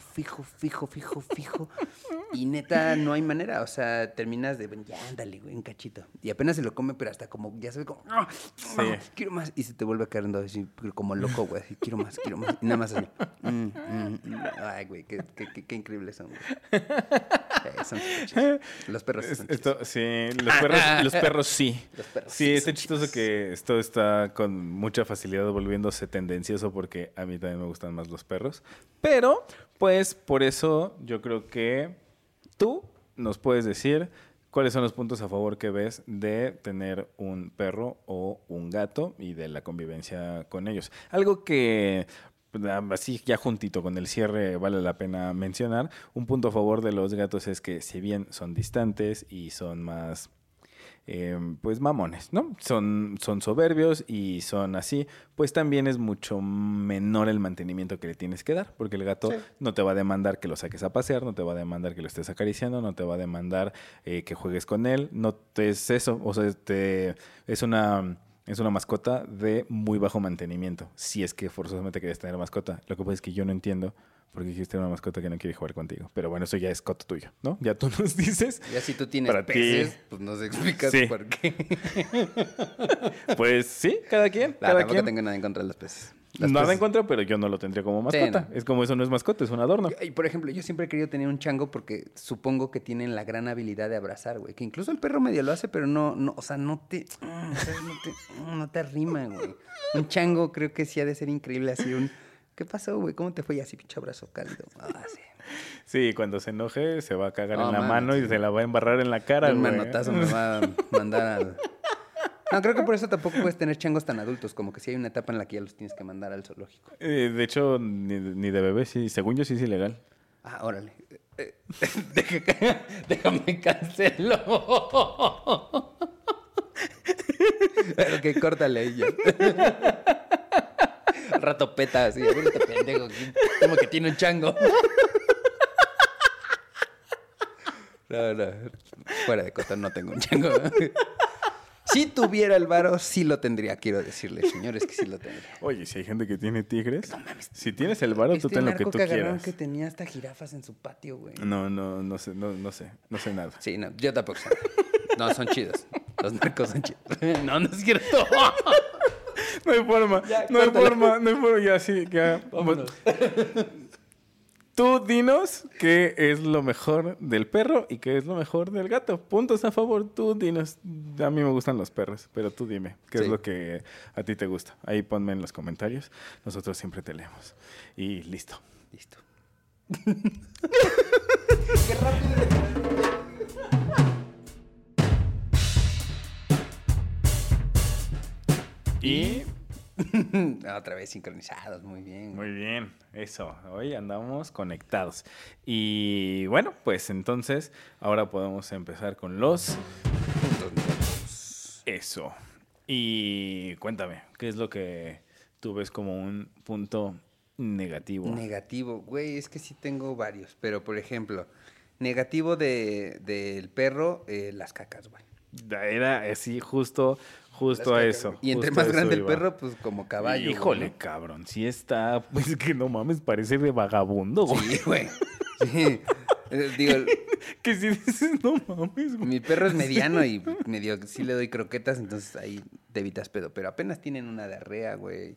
Speaker 1: Y neta, no hay manera. O sea, terminas de, bueno, ya, ándale, güey, un cachito. Y apenas se lo come, pero hasta como, ya se ve como, ¡ah! ¡Ah! Quiero más. Y se te vuelve a caer así, como loco, güey. Así, quiero más. Y nada más así. Ay, güey, qué increíbles son, güey. Son chidos. Los perros son chidos.
Speaker 2: Sí, los perros sí.
Speaker 1: Los perros
Speaker 2: Sí, está
Speaker 1: son
Speaker 2: chistoso
Speaker 1: chidos.
Speaker 2: que esto está con mucha facilidad volviéndose tendencioso porque a mí también me gustan más los perros. Pero, pues, por eso yo creo que tú nos puedes decir cuáles son los puntos a favor que ves de tener un perro o un gato y de la convivencia con ellos. Algo que así ya juntito con el cierre vale la pena mencionar. Un punto a favor de los gatos es que si bien son distantes y son más pues mamones, ¿no? Son soberbios y son así, pues también es mucho menor el mantenimiento que le tienes que dar, porque el gato no te va a demandar que lo saques a pasear, no te va a demandar que lo estés acariciando, no te va a demandar que juegues con él, no te, es eso, o sea, es una mascota de muy bajo mantenimiento, si es que forzosamente quieres tener mascota. Lo que pasa es que yo no entiendo por qué quieres tener una mascota que no quiere jugar contigo. Pero bueno, eso ya es coto tuyo, ¿no? Ya tú nos dices.
Speaker 1: Ya si tú tienes
Speaker 2: para
Speaker 1: peces,
Speaker 2: ti.
Speaker 1: pues nos explicas
Speaker 2: Sí.
Speaker 1: por qué.
Speaker 2: Pues sí, cada quien. Cada
Speaker 1: Tampoco
Speaker 2: quien.
Speaker 1: tengo nada en contra de los peces.
Speaker 2: Nada en contra, pero yo no lo tendría como mascota.
Speaker 1: no.
Speaker 2: Es como eso no es mascota, es un adorno.
Speaker 1: Y por ejemplo, yo siempre he querido tener un chango porque supongo que tienen la gran habilidad de abrazar, güey. Que incluso el perro medio lo hace, pero no, o sea, no te arrima, güey. Un chango creo que sí ha de ser increíble, así ¿qué pasó, güey? ¿Cómo te fue? Y así, pinche abrazo cálido. Sí.
Speaker 2: Sí, cuando se enoje se va a cagar
Speaker 1: No,
Speaker 2: en la
Speaker 1: mames,
Speaker 2: mano y
Speaker 1: sí.
Speaker 2: se la va a embarrar en la cara,
Speaker 1: De un
Speaker 2: güey.
Speaker 1: manotazo me va a mandar al... No, creo que por eso tampoco puedes tener changos tan adultos, como que sí hay una etapa en la que ya los tienes que mandar al zoológico.
Speaker 2: De hecho, ni de bebé, sí. Según yo, sí es ilegal.
Speaker 1: Ah, órale. Déjame cancelo. Pero que córtale ahí ya. Al rato peta así. A ver este pendejo. Como que tiene un chango. No. Fuera de costa no tengo un chango. Si tuviera el varo, sí lo tendría. Quiero decirles, señores, que sí lo tendría.
Speaker 2: Oye, si hay gente que tiene tigres, si tienes el varo, tú ten lo que
Speaker 1: narco
Speaker 2: tú
Speaker 1: que agarraron
Speaker 2: quieras.
Speaker 1: que tenía hasta jirafas en su patio, güey.
Speaker 2: No sé nada.
Speaker 1: Sí, no, yo tampoco sé. No, son chidos. Los narcos son chidos. No es cierto.
Speaker 2: No hay forma,
Speaker 1: Ya,
Speaker 2: no hay
Speaker 1: córtale.
Speaker 2: forma, ya sí, ya.
Speaker 1: Vámonos.
Speaker 2: Tú dinos qué es lo mejor del perro y qué es lo mejor del gato. Puntos a favor, tú dinos. A mí me gustan los perros, pero tú dime qué es
Speaker 1: Sí.
Speaker 2: lo que a ti te gusta. Ahí ponme en los comentarios. Nosotros siempre te leemos. Y listo.
Speaker 1: Listo.
Speaker 2: Y
Speaker 1: Otra vez sincronizados, muy bien.
Speaker 2: muy bien, eso. Hoy andamos conectados. Y bueno, pues entonces ahora podemos empezar con los... Eso. Y cuéntame, ¿qué es lo que tú ves como un punto negativo?
Speaker 1: Negativo, güey, es que sí tengo varios, pero por ejemplo, negativo del perro, las cacas, güey.
Speaker 2: Era así, justo
Speaker 1: Las
Speaker 2: a
Speaker 1: cacas,
Speaker 2: eso.
Speaker 1: güey. Y entre
Speaker 2: justo a
Speaker 1: más
Speaker 2: eso
Speaker 1: grande el
Speaker 2: iba.
Speaker 1: perro, pues como caballo.
Speaker 2: Híjole,
Speaker 1: güey,
Speaker 2: cabrón, sí está, pues que no mames, parece de vagabundo,
Speaker 1: ¿no?
Speaker 2: güey.
Speaker 1: Sí, güey. Sí. Digo,
Speaker 2: Que si dices, no mames, güey.
Speaker 1: mi perro es mediano y medio sí le doy croquetas, entonces ahí te evitas pedo. Pero apenas tienen una diarrea, güey.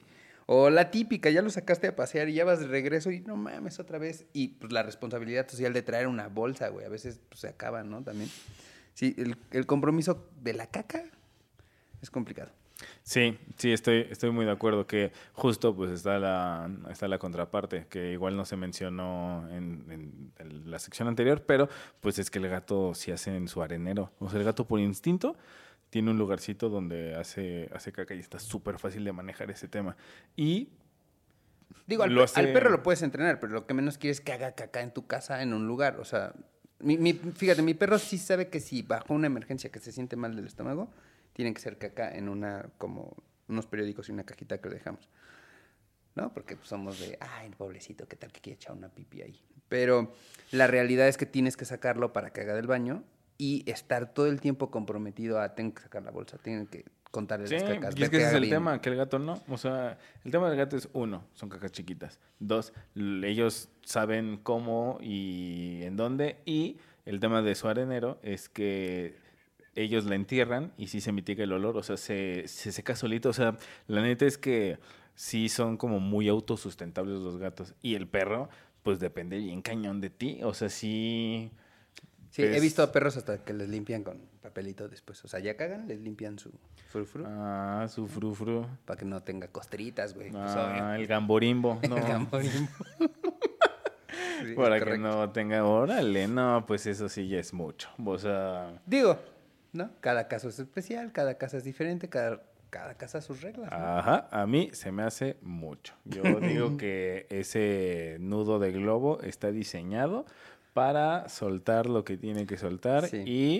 Speaker 1: O la típica, ya lo sacaste a pasear y ya vas de regreso y no mames otra vez. Y pues la responsabilidad social de traer una bolsa, güey, a veces pues, se acaba, ¿no? También. Sí, el compromiso de la caca es complicado.
Speaker 2: Sí, estoy muy de acuerdo que justo pues está la contraparte, que igual no se mencionó en la sección anterior, pero pues es que el gato sí hace en su arenero. O sea, el gato por instinto tiene un lugarcito donde hace caca y está súper fácil de manejar ese tema. Y
Speaker 1: Digo, al perro lo puedes entrenar, pero lo que menos quieres es que haga caca en tu casa, en un lugar. O sea, fíjate, mi perro sí sabe que si bajo una emergencia que se siente mal del estómago, tiene que ser caca en como unos periódicos y una cajita que le dejamos. ¿No? Porque pues, somos de, ay, pobrecito, ¿qué tal que quiere echar una pipi ahí? Pero la realidad es que tienes que sacarlo para que haga del baño y estar todo el tiempo comprometido a, tengo que sacar la bolsa, tengo que contarle las cacas.
Speaker 2: Y es que ese es el tema, que el gato no. O sea, el tema del gato es, 1, son cacas chiquitas. 2, ellos saben cómo y en dónde. Y el tema de su arenero es que ellos la entierran y sí se mitiga el olor, o sea, se seca solito. O sea, la neta es que sí son como muy autosustentables los gatos. Y el perro, pues depende bien cañón de ti. O sea, sí...
Speaker 1: Sí, he visto a perros hasta que les limpian con papelito después. O sea, ya cagan, les limpian su frufru.
Speaker 2: Ah, su frufru.
Speaker 1: Para que no tenga costritas, güey. Pues,
Speaker 2: el gamborimbo. No.
Speaker 1: El gamborimbo. Sí,
Speaker 2: para que no tenga... Órale, no, pues eso sí ya es mucho. O sea...
Speaker 1: Digo, ¿no? Cada caso es especial, cada casa es diferente, cada casa sus reglas, ¿no?
Speaker 2: Ajá, a mí se me hace mucho. Yo digo que ese nudo de globo está diseñado para soltar lo que tiene que soltar y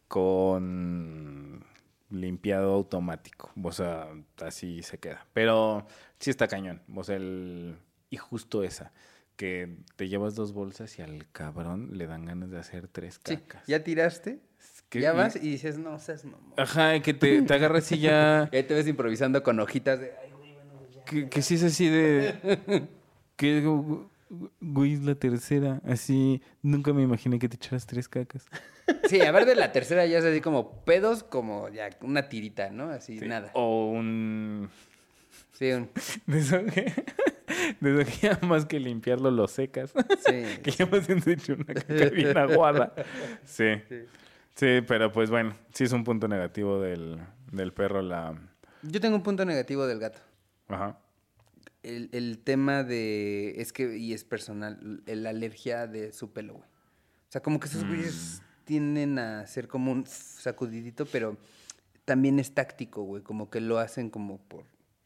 Speaker 2: con limpiado automático. O sea, así se queda. Pero sí está cañón. O sea, y justo esa, que te llevas 2 bolsas y al cabrón le dan ganas de hacer 3 cacas.
Speaker 1: Sí, ya tiraste, ya vas y dices, no seas mamón.
Speaker 2: Ajá, que te agarras y ya...
Speaker 1: Y ahí te ves improvisando con hojitas de, ay, güey, bueno, ya.
Speaker 2: Que sí es así de... que güey, es la tercera. Así, nunca me imaginé que te echaras 3 cacas.
Speaker 1: Sí, a ver, de la tercera ya es así como pedos, como ya una tirita, ¿no? Así, nada.
Speaker 2: O un...
Speaker 1: Sí,
Speaker 2: De eso que ya más que limpiarlo lo secas.
Speaker 1: Sí.
Speaker 2: Que ya más bien se hecho una caca bien aguada. Sí. Sí, pero pues bueno, sí es un punto negativo del perro
Speaker 1: Yo tengo un punto negativo del gato.
Speaker 2: Ajá.
Speaker 1: El tema de... Es que, y es personal, la alergia de su pelo, güey. O sea, como que esos güeyes tienden a ser como un sacudidito, pero también es táctico, güey. Como que lo hacen como por...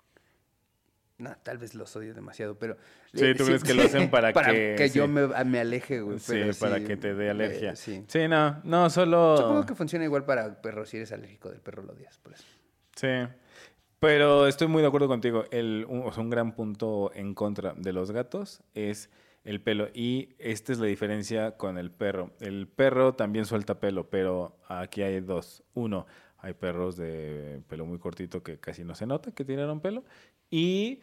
Speaker 1: No, tal vez los odio demasiado, pero...
Speaker 2: Sí, tú crees que lo hacen para que
Speaker 1: yo me aleje, güey.
Speaker 2: Sí, para que te dé alergia.
Speaker 1: Sí,
Speaker 2: no, solo...
Speaker 1: Supongo que funciona igual para perros. Si eres alérgico del perro, lo odias, por eso.
Speaker 2: Sí, pero estoy muy de acuerdo contigo. Un gran punto en contra de los gatos es el pelo. Y esta es la diferencia con el perro. El perro también suelta pelo, pero aquí hay 2. 1, hay perros de pelo muy cortito que casi no se nota que tiraron pelo. Y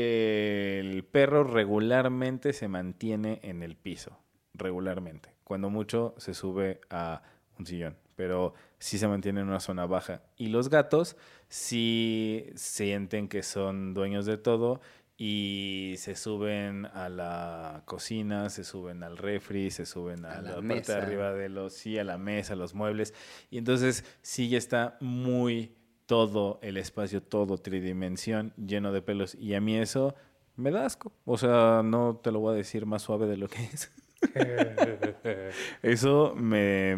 Speaker 2: el perro regularmente se mantiene en el piso. Regularmente. Cuando mucho se sube a un sillón, pero sí se mantiene en una zona baja. Y los gatos sí sienten que son dueños de todo y se suben a la cocina, se suben al refri, se suben a la parte de arriba a la mesa, a los muebles. Y entonces sí ya está muy todo el espacio, todo tridimensión, lleno de pelos. Y a mí eso me da asco. O sea, no te lo voy a decir más suave de lo que es. Eso me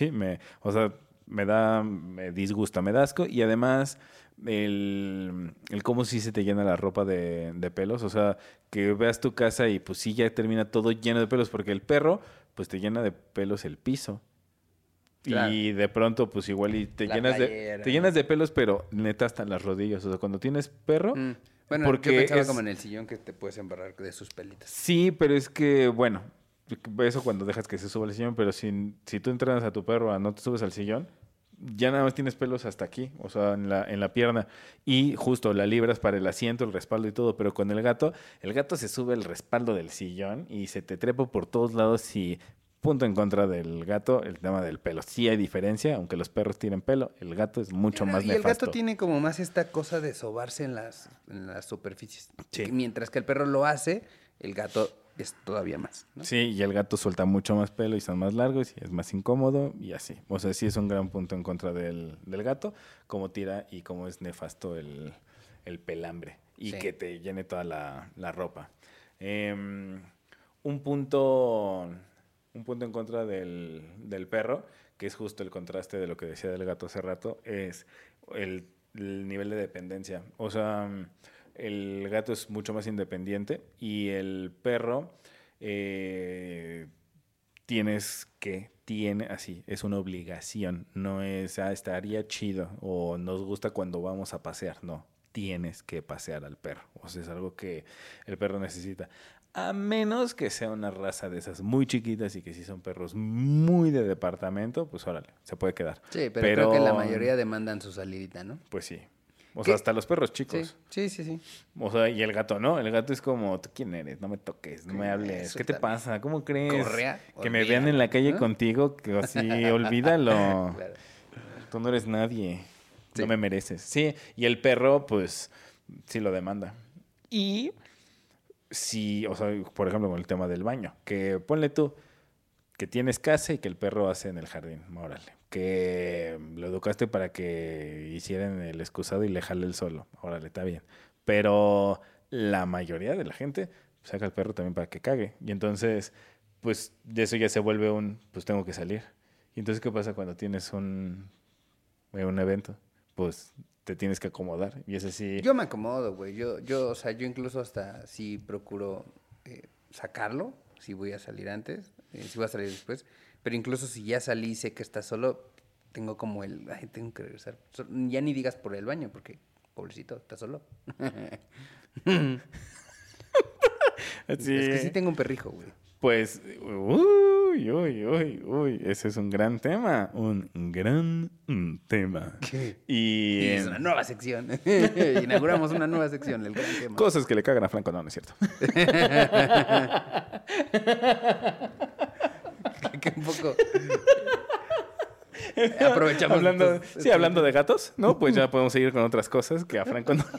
Speaker 2: disgusta, me da asco. Y además el cómo sí se te llena la ropa de pelos. O sea, que veas tu casa y pues sí ya termina todo lleno de pelos, porque el perro pues te llena de pelos el piso. Claro. Y de pronto pues igual y te llenas de pelos, pero neta hasta las rodillas. O sea, cuando tienes perro...
Speaker 1: Bueno, porque yo pensaba como en el sillón que te puedes embarrar de sus pelitas.
Speaker 2: Sí, pero es que, bueno, eso cuando dejas que se suba al sillón, pero si tú entrenas a tu perro a no te subes al sillón, ya nada más tienes pelos hasta aquí, o sea, en la pierna. Y justo la libras para el asiento, el respaldo y todo, pero con el gato se sube el respaldo del sillón y se te trepa por todos lados y Punto en contra del gato, el tema del pelo. Sí hay diferencia, aunque los perros tienen pelo, el gato es mucho más
Speaker 1: Y
Speaker 2: nefasto.
Speaker 1: el gato tiene como más esta cosa de sobarse en las superficies.
Speaker 2: Sí.
Speaker 1: Mientras que el perro lo hace, el gato es todavía más, ¿no?
Speaker 2: Sí, y el gato suelta mucho más pelo y son más largos y es más incómodo y así. O sea, sí es un gran punto en contra del gato, como tira y como es nefasto el pelambre y
Speaker 1: Sí.
Speaker 2: que te llene toda la ropa. Un punto en contra del perro, que es justo el contraste de lo que decía del gato hace rato, es el nivel de dependencia. O sea, el gato es mucho más independiente y el perro es una obligación, no es, estaría chido o nos gusta cuando vamos a pasear, no, tienes que pasear al perro, o sea, es algo que el perro necesita. A menos que sea una raza de esas muy chiquitas y que si son perros muy de departamento, pues órale, se puede quedar.
Speaker 1: Sí, pero creo que la mayoría demandan su salidita, ¿no?
Speaker 2: Pues sí. O
Speaker 1: ¿Qué?
Speaker 2: sea, hasta los perros chicos.
Speaker 1: Sí.
Speaker 2: O sea, y el gato no. El gato es como, ¿tú quién eres? No me toques, no me hables. ¿Qué te pasa? ¿Cómo crees?
Speaker 1: Correa,
Speaker 2: Que me vean en la calle
Speaker 1: ¿no?
Speaker 2: contigo, que así, olvídalo.
Speaker 1: Claro.
Speaker 2: Tú no eres nadie.
Speaker 1: Sí.
Speaker 2: No me mereces. Sí, y el perro, pues, sí lo demanda. Y sí, o sea, por ejemplo, con el tema del baño, que ponle tú que tienes casa y que el perro hace en el jardín, órale. Que lo educaste para que hicieran el excusado y le jale el solo, órale, está bien. Pero la mayoría de la gente saca al perro también para que cague. Y entonces, pues, de eso ya se vuelve pues tengo que salir. Y entonces, ¿qué pasa cuando tienes un evento? Pues te tienes que acomodar. Y es así.
Speaker 1: Yo me acomodo, güey. O sea, yo incluso hasta sí procuro sacarlo, si voy a salir antes, si voy a salir después. Pero incluso si ya salí, sé que está solo, tengo como ay, tengo que regresar. Ya ni digas por el baño, porque pobrecito, está solo.
Speaker 2: Así.
Speaker 1: Es que sí tengo un perrijo, güey.
Speaker 2: Pues, uy, ese es un gran tema,
Speaker 1: ¿Qué?
Speaker 2: Y
Speaker 1: Es una nueva sección. Inauguramos una nueva sección, el gran tema.
Speaker 2: cosas que le cagan a Franco, no es cierto.
Speaker 1: Que un poco... Aprovechamos.
Speaker 2: Hablando de gatos, ¿no? Pues ya podemos seguir con otras cosas que a Franco no...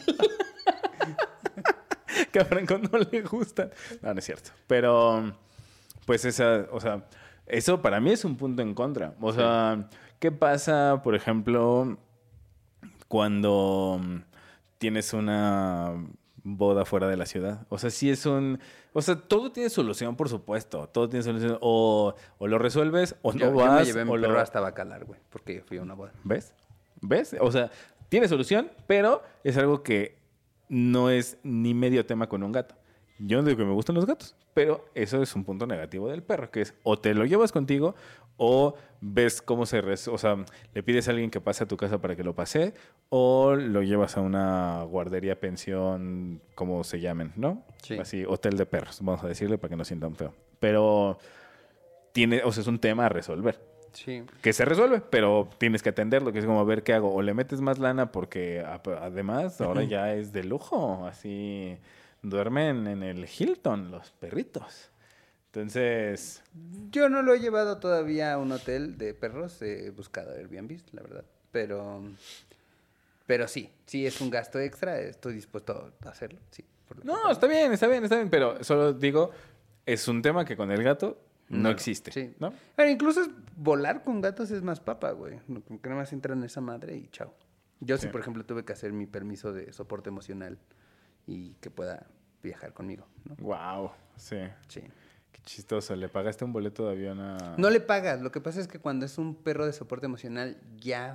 Speaker 2: que a Franco no le gustan. No, no es cierto. Pero, pues eso para mí es un punto en contra. O sea, ¿qué pasa, por ejemplo, cuando tienes una boda fuera de la ciudad? O sea, o sea, todo tiene solución, por supuesto. Todo tiene solución. O lo resuelves o no vas.
Speaker 1: Yo me llevé a mi perro hasta Bacalar, güey, porque yo fui a una boda.
Speaker 2: ¿Ves? O sea, tiene solución, pero es algo que no es ni medio tema con un gato. Yo no digo que me gustan los gatos, pero eso es un punto negativo del perro, que es o te lo llevas contigo o ves cómo o sea, le pides a alguien que pase a tu casa para que lo pase o lo llevas a una guardería, pensión, como se llamen, ¿no?
Speaker 1: Sí.
Speaker 2: Así, hotel de perros, vamos a decirle para que no sientan feo. Pero o sea, es un tema a resolver.
Speaker 1: Sí.
Speaker 2: Que se resuelve, pero tienes que atenderlo, que es como ver qué hago. O le metes más lana porque además ahora ya es de lujo. Así duermen en el Hilton los perritos. Entonces...
Speaker 1: Yo no lo he llevado todavía a un hotel de perros. He buscado Airbnb, la verdad. Pero sí es un gasto extra. Estoy dispuesto a hacerlo. Sí.
Speaker 2: No, está bien. Pero solo digo, es un tema que con el gato no existe.
Speaker 1: Sí.
Speaker 2: ¿No?
Speaker 1: Pero incluso volar con gatos es más papa, güey. Que nada más entran en esa madre y chao. Yo sí, por ejemplo, tuve que hacer mi permiso de soporte emocional y que pueda viajar conmigo, ¿no?
Speaker 2: Wow, sí.
Speaker 1: Sí.
Speaker 2: Qué chistoso. ¿Le pagaste un boleto de avión a...?
Speaker 1: No le pagas. Lo que pasa es que cuando es un perro de soporte emocional, ya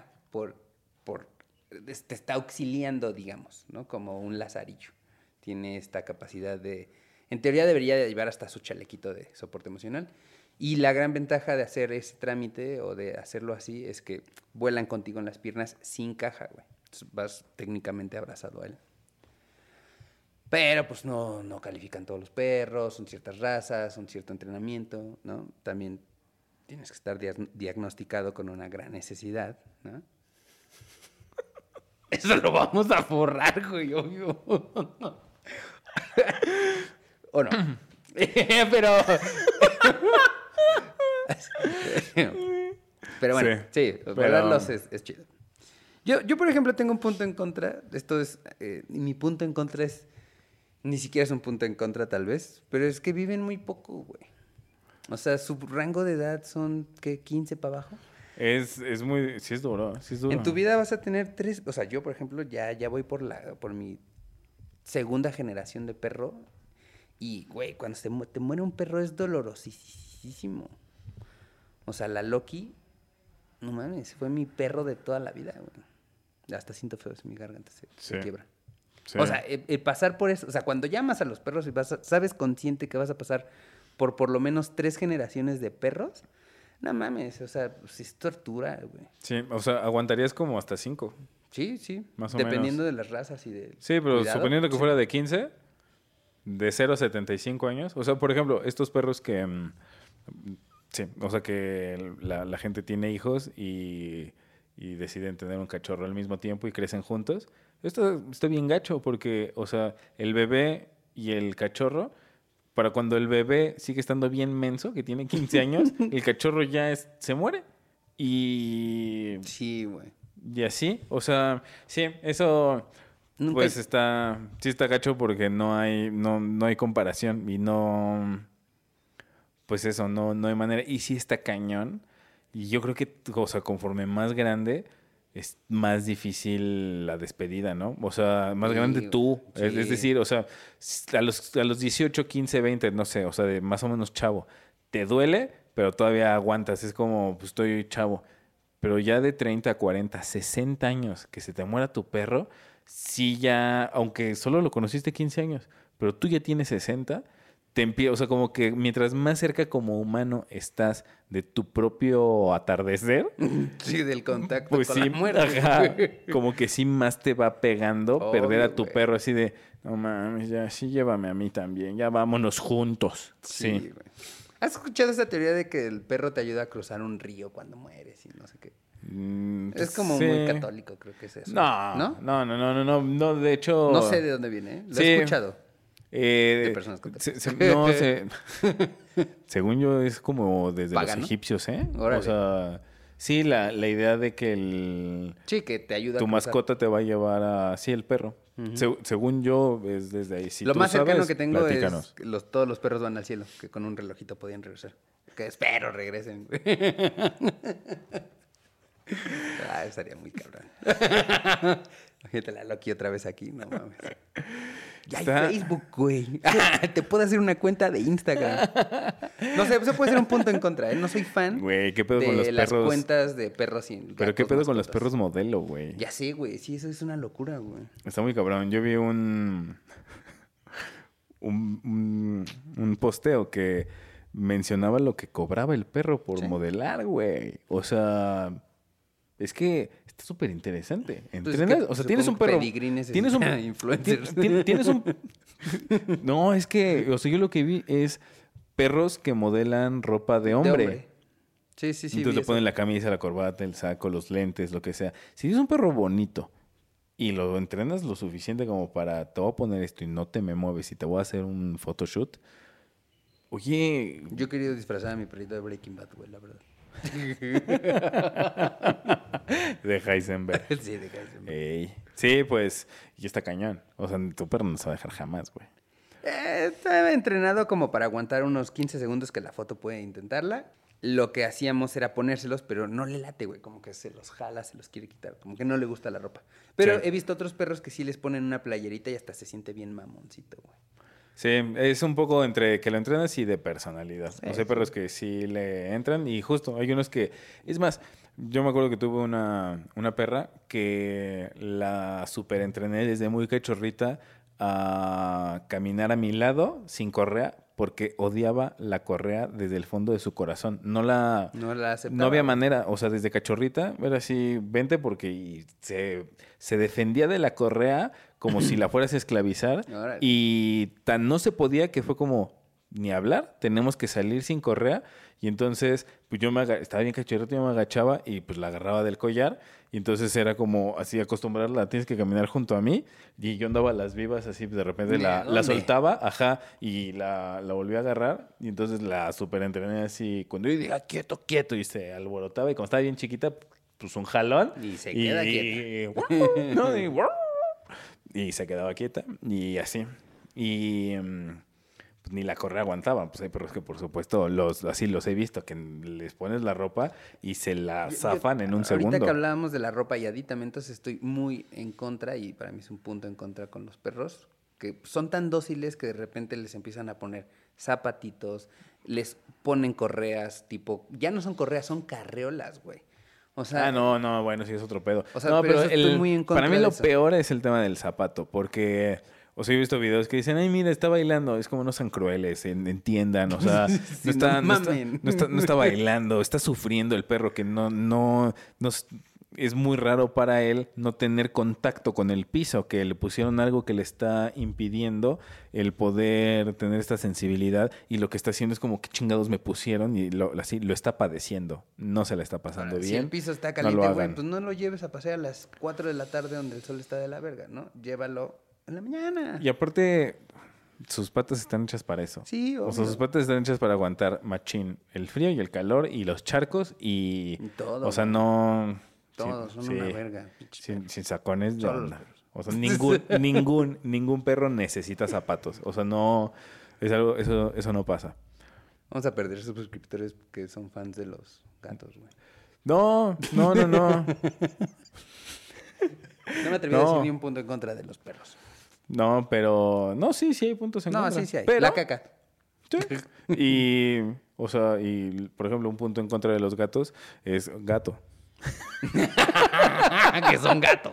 Speaker 1: te está auxiliando, digamos, ¿no? Como un lazarillo. Tiene esta capacidad de... En teoría debería de llevar hasta su chalequito de soporte emocional. Y la gran ventaja de hacer ese trámite o de hacerlo así es que vuelan contigo en las piernas sin caja, güey. Entonces vas técnicamente abrazado a él. Pero pues no califican todos los perros, son ciertas razas, un cierto entrenamiento, ¿no? También tienes que estar diagnosticado con una gran necesidad, ¿no? Eso lo vamos a forrar, güey, obvio. ¿O no? Pero Pero bueno, sí, volarlos es chido. Yo, por ejemplo, tengo un punto en contra. Esto es... mi punto en contra es... Ni siquiera es un punto en contra, tal vez. Pero es que viven muy poco, güey. O sea, su rango de edad son, ¿qué? ¿15 para abajo?
Speaker 2: Es muy... Sí es duro.
Speaker 1: En tu vida vas a tener 3... O sea, yo, por ejemplo, ya voy por mi segunda generación de perro. Y, güey, cuando te muere un perro es dolorosísimo. O sea, la Loki... No mames, fue mi perro de toda la vida, güey. Hasta siento feo, mi garganta se quiebra. Sí. O sea, pasar por eso... O sea, cuando llamas a los perros y sabes consciente que vas a pasar por lo menos 3 generaciones de perros... No mames, o sea, pues es tortura, güey.
Speaker 2: Sí, o sea, aguantarías como hasta 5.
Speaker 1: Sí.
Speaker 2: Más o
Speaker 1: dependiendo
Speaker 2: menos.
Speaker 1: de las razas y de...
Speaker 2: Sí, pero
Speaker 1: cuidado,
Speaker 2: suponiendo que fuera de 15, de 0 a 75 años. O sea, por ejemplo, estos perros que... sí, o sea, que la gente tiene hijos y deciden tener un cachorro al mismo tiempo y crecen juntos. Esto está bien gacho porque, o sea, el bebé y el cachorro... Para cuando el bebé sigue estando bien menso, que tiene 15 años, el cachorro ya se muere. Y...
Speaker 1: Sí, güey.
Speaker 2: Y así, o sea, sí, eso... Nunca... Pues sí está gacho porque no hay comparación y no... Pues eso, no hay manera. Y sí está cañón. Y yo creo que, o sea, conforme más grande... es más difícil la despedida, ¿no? O sea, más grande tú. Sí. Es decir, o sea, a los 18, 15, 20, no sé, o sea, de más o menos chavo, te duele, pero todavía aguantas. Es como, pues estoy chavo. Pero ya de 30, 40, 60 años que se te muera tu perro, sí ya, aunque solo lo conociste 15 años, pero tú ya tienes 60, o sea, como que mientras más cerca como humano estás de tu propio atardecer.
Speaker 1: Sí, del contacto
Speaker 2: pues
Speaker 1: con
Speaker 2: sí,
Speaker 1: la muerte.
Speaker 2: Ajá, como que sí más te va pegando perder a tu perro así de, no mames, ya sí llévame a mí también, ya vámonos juntos. Sí.
Speaker 1: Güey. ¿Has escuchado esa teoría de que el perro te ayuda a cruzar un río cuando mueres y no sé qué? Es como muy católico, creo que es eso.
Speaker 2: No, de hecho...
Speaker 1: No sé de dónde viene, Lo he escuchado. De personas
Speaker 2: según yo es como desde
Speaker 1: ¿Pagano?
Speaker 2: Los egipcios, ¿eh?
Speaker 1: Órale.
Speaker 2: O sea, sí, la idea de que
Speaker 1: que te ayuda
Speaker 2: tu mascota te va a llevar a... Sí, el perro. Uh-huh. Según yo, es desde ahí. Si
Speaker 1: lo
Speaker 2: tú
Speaker 1: más
Speaker 2: sabes,
Speaker 1: cercano que tengo
Speaker 2: platícanos.
Speaker 1: Es que todos los perros van al cielo, que con un relojito podían regresar. Que espero regresen. Estaría muy cabrón. Imagínate la Loki otra vez aquí, no mames. Ya hay Facebook, güey. Te puedo hacer una cuenta de Instagram. No sé, eso puede ser un punto en contra, ¿eh? No soy fan
Speaker 2: güey, ¿qué pedo con los
Speaker 1: las
Speaker 2: perros?
Speaker 1: cuentas de perros y gatos.
Speaker 2: Pero ¿qué pedo
Speaker 1: mascotas?
Speaker 2: Con los perros modelo, güey?
Speaker 1: Ya sé, güey. Sí, eso es una locura, güey.
Speaker 2: Está muy cabrón. Yo vi un posteo que mencionaba lo que cobraba el perro por modelar, güey. O sea... Es que está súper interesante. ¿Entrenas? O sea, tienes un perro. Tienes un
Speaker 1: influencers.
Speaker 2: Tienes un. No, es que, o sea, yo lo que vi es perros que modelan ropa de hombre.
Speaker 1: Sí.
Speaker 2: Entonces le ponen la camisa, la corbata, el saco, los lentes, lo que sea. Si es un perro bonito y lo entrenas lo suficiente como para te voy a poner esto y no te me mueves y te voy a hacer un photoshoot. Oye.
Speaker 1: Yo he querido disfrazar a mi perrito de Breaking Bad, güey, la verdad.
Speaker 2: De Heisenberg.
Speaker 1: Sí, de Heisenberg.
Speaker 2: Sí, pues, y está cañón. O sea, tu perro no se va a dejar jamás, güey.
Speaker 1: Estaba entrenado como para aguantar unos 15 segundos que la foto puede intentarla. Lo que hacíamos era ponérselos, pero no le late, güey. Como que se los jala, se los quiere quitar. Como que no le gusta la ropa. Pero he visto otros perros que sí les ponen una playerita y hasta se siente bien mamoncito, güey.
Speaker 2: Sí, es un poco entre que lo entrenas y de personalidad. O sea, hay perros que sí le entran y justo hay unos que... Es más, yo me acuerdo que tuve una perra que la super entrené desde muy cachorrita a caminar a mi lado sin correa porque odiaba la correa desde el fondo de su corazón. No la aceptaba. No había manera. O sea, desde cachorrita era así, vente porque se defendía de la correa como si la fueras a esclavizar. Y tan no se podía que fue como, ni hablar, tenemos que salir sin correa. Y entonces, pues estaba bien cachorrito, yo me agachaba y pues la agarraba del collar. Y entonces era como así acostumbrarla, tienes que caminar junto a mí. Y yo andaba a las vivas así, de repente la soltaba, y la volví a agarrar. Y entonces la super entrené así. Cuando yo diga quieto, quieto, y se alborotaba. Y como estaba bien chiquita, pues un jalón.
Speaker 1: Y se queda quieta.
Speaker 2: ¿No? Y se quedaba quieta. Y así. Y pues ni la correa aguantaba. Pues hay perros que, por supuesto, así los he visto, que les pones la ropa y se la zafan en un segundo.
Speaker 1: Ahorita que hablábamos de la ropa y aditamentos, estoy muy en contra, y para mí es un punto en contra con los perros, que son tan dóciles que de repente les empiezan a poner zapatitos, les ponen correas, tipo, ya no son correas, son carreolas, güey. O sea,
Speaker 2: no, bueno, sí es otro pedo.
Speaker 1: O sea,
Speaker 2: no,
Speaker 1: pero estoy muy en contra
Speaker 2: para mí
Speaker 1: de
Speaker 2: lo
Speaker 1: eso.
Speaker 2: peor es el tema del zapato, porque... O sea, he visto videos que dicen, ay, mira, está bailando. Es como no sean crueles, entiendan. O sea,
Speaker 1: Sí,
Speaker 2: no está bailando, está sufriendo el perro, que es muy raro para él no tener contacto con el piso, que le pusieron algo que le está impidiendo el poder tener esta sensibilidad, y lo que está haciendo es como, ¿qué chingados me pusieron? Y así lo está padeciendo, no se la está pasando bien.
Speaker 1: Si el piso está caliente, güey, pues no lo lleves a pasear a las 4 de la tarde donde el sol está de la verga, ¿no? Llévalo en la mañana.
Speaker 2: Y aparte, sus patas están hechas para eso.
Speaker 1: Sí, obvio.
Speaker 2: O sea, sus patas están hechas para aguantar machín el frío y el calor y los charcos y
Speaker 1: todo.
Speaker 2: O sea, no...
Speaker 1: Todos son una verga.
Speaker 2: Sin sacones de
Speaker 1: Solo
Speaker 2: onda.
Speaker 1: los
Speaker 2: O sea, ningún perro necesita zapatos. O sea, no... Es algo, eso no pasa.
Speaker 1: Vamos a perder sus suscriptores que son fans de los gatos, güey.
Speaker 2: No.
Speaker 1: No me atreví a decir ni un punto en contra de los perros.
Speaker 2: No, pero... No, sí hay puntos en contra.
Speaker 1: No, sí hay.
Speaker 2: Pero,
Speaker 1: la caca.
Speaker 2: Sí. Y, o sea, por ejemplo, un punto en contra de los gatos es gato.
Speaker 1: Que son gatos.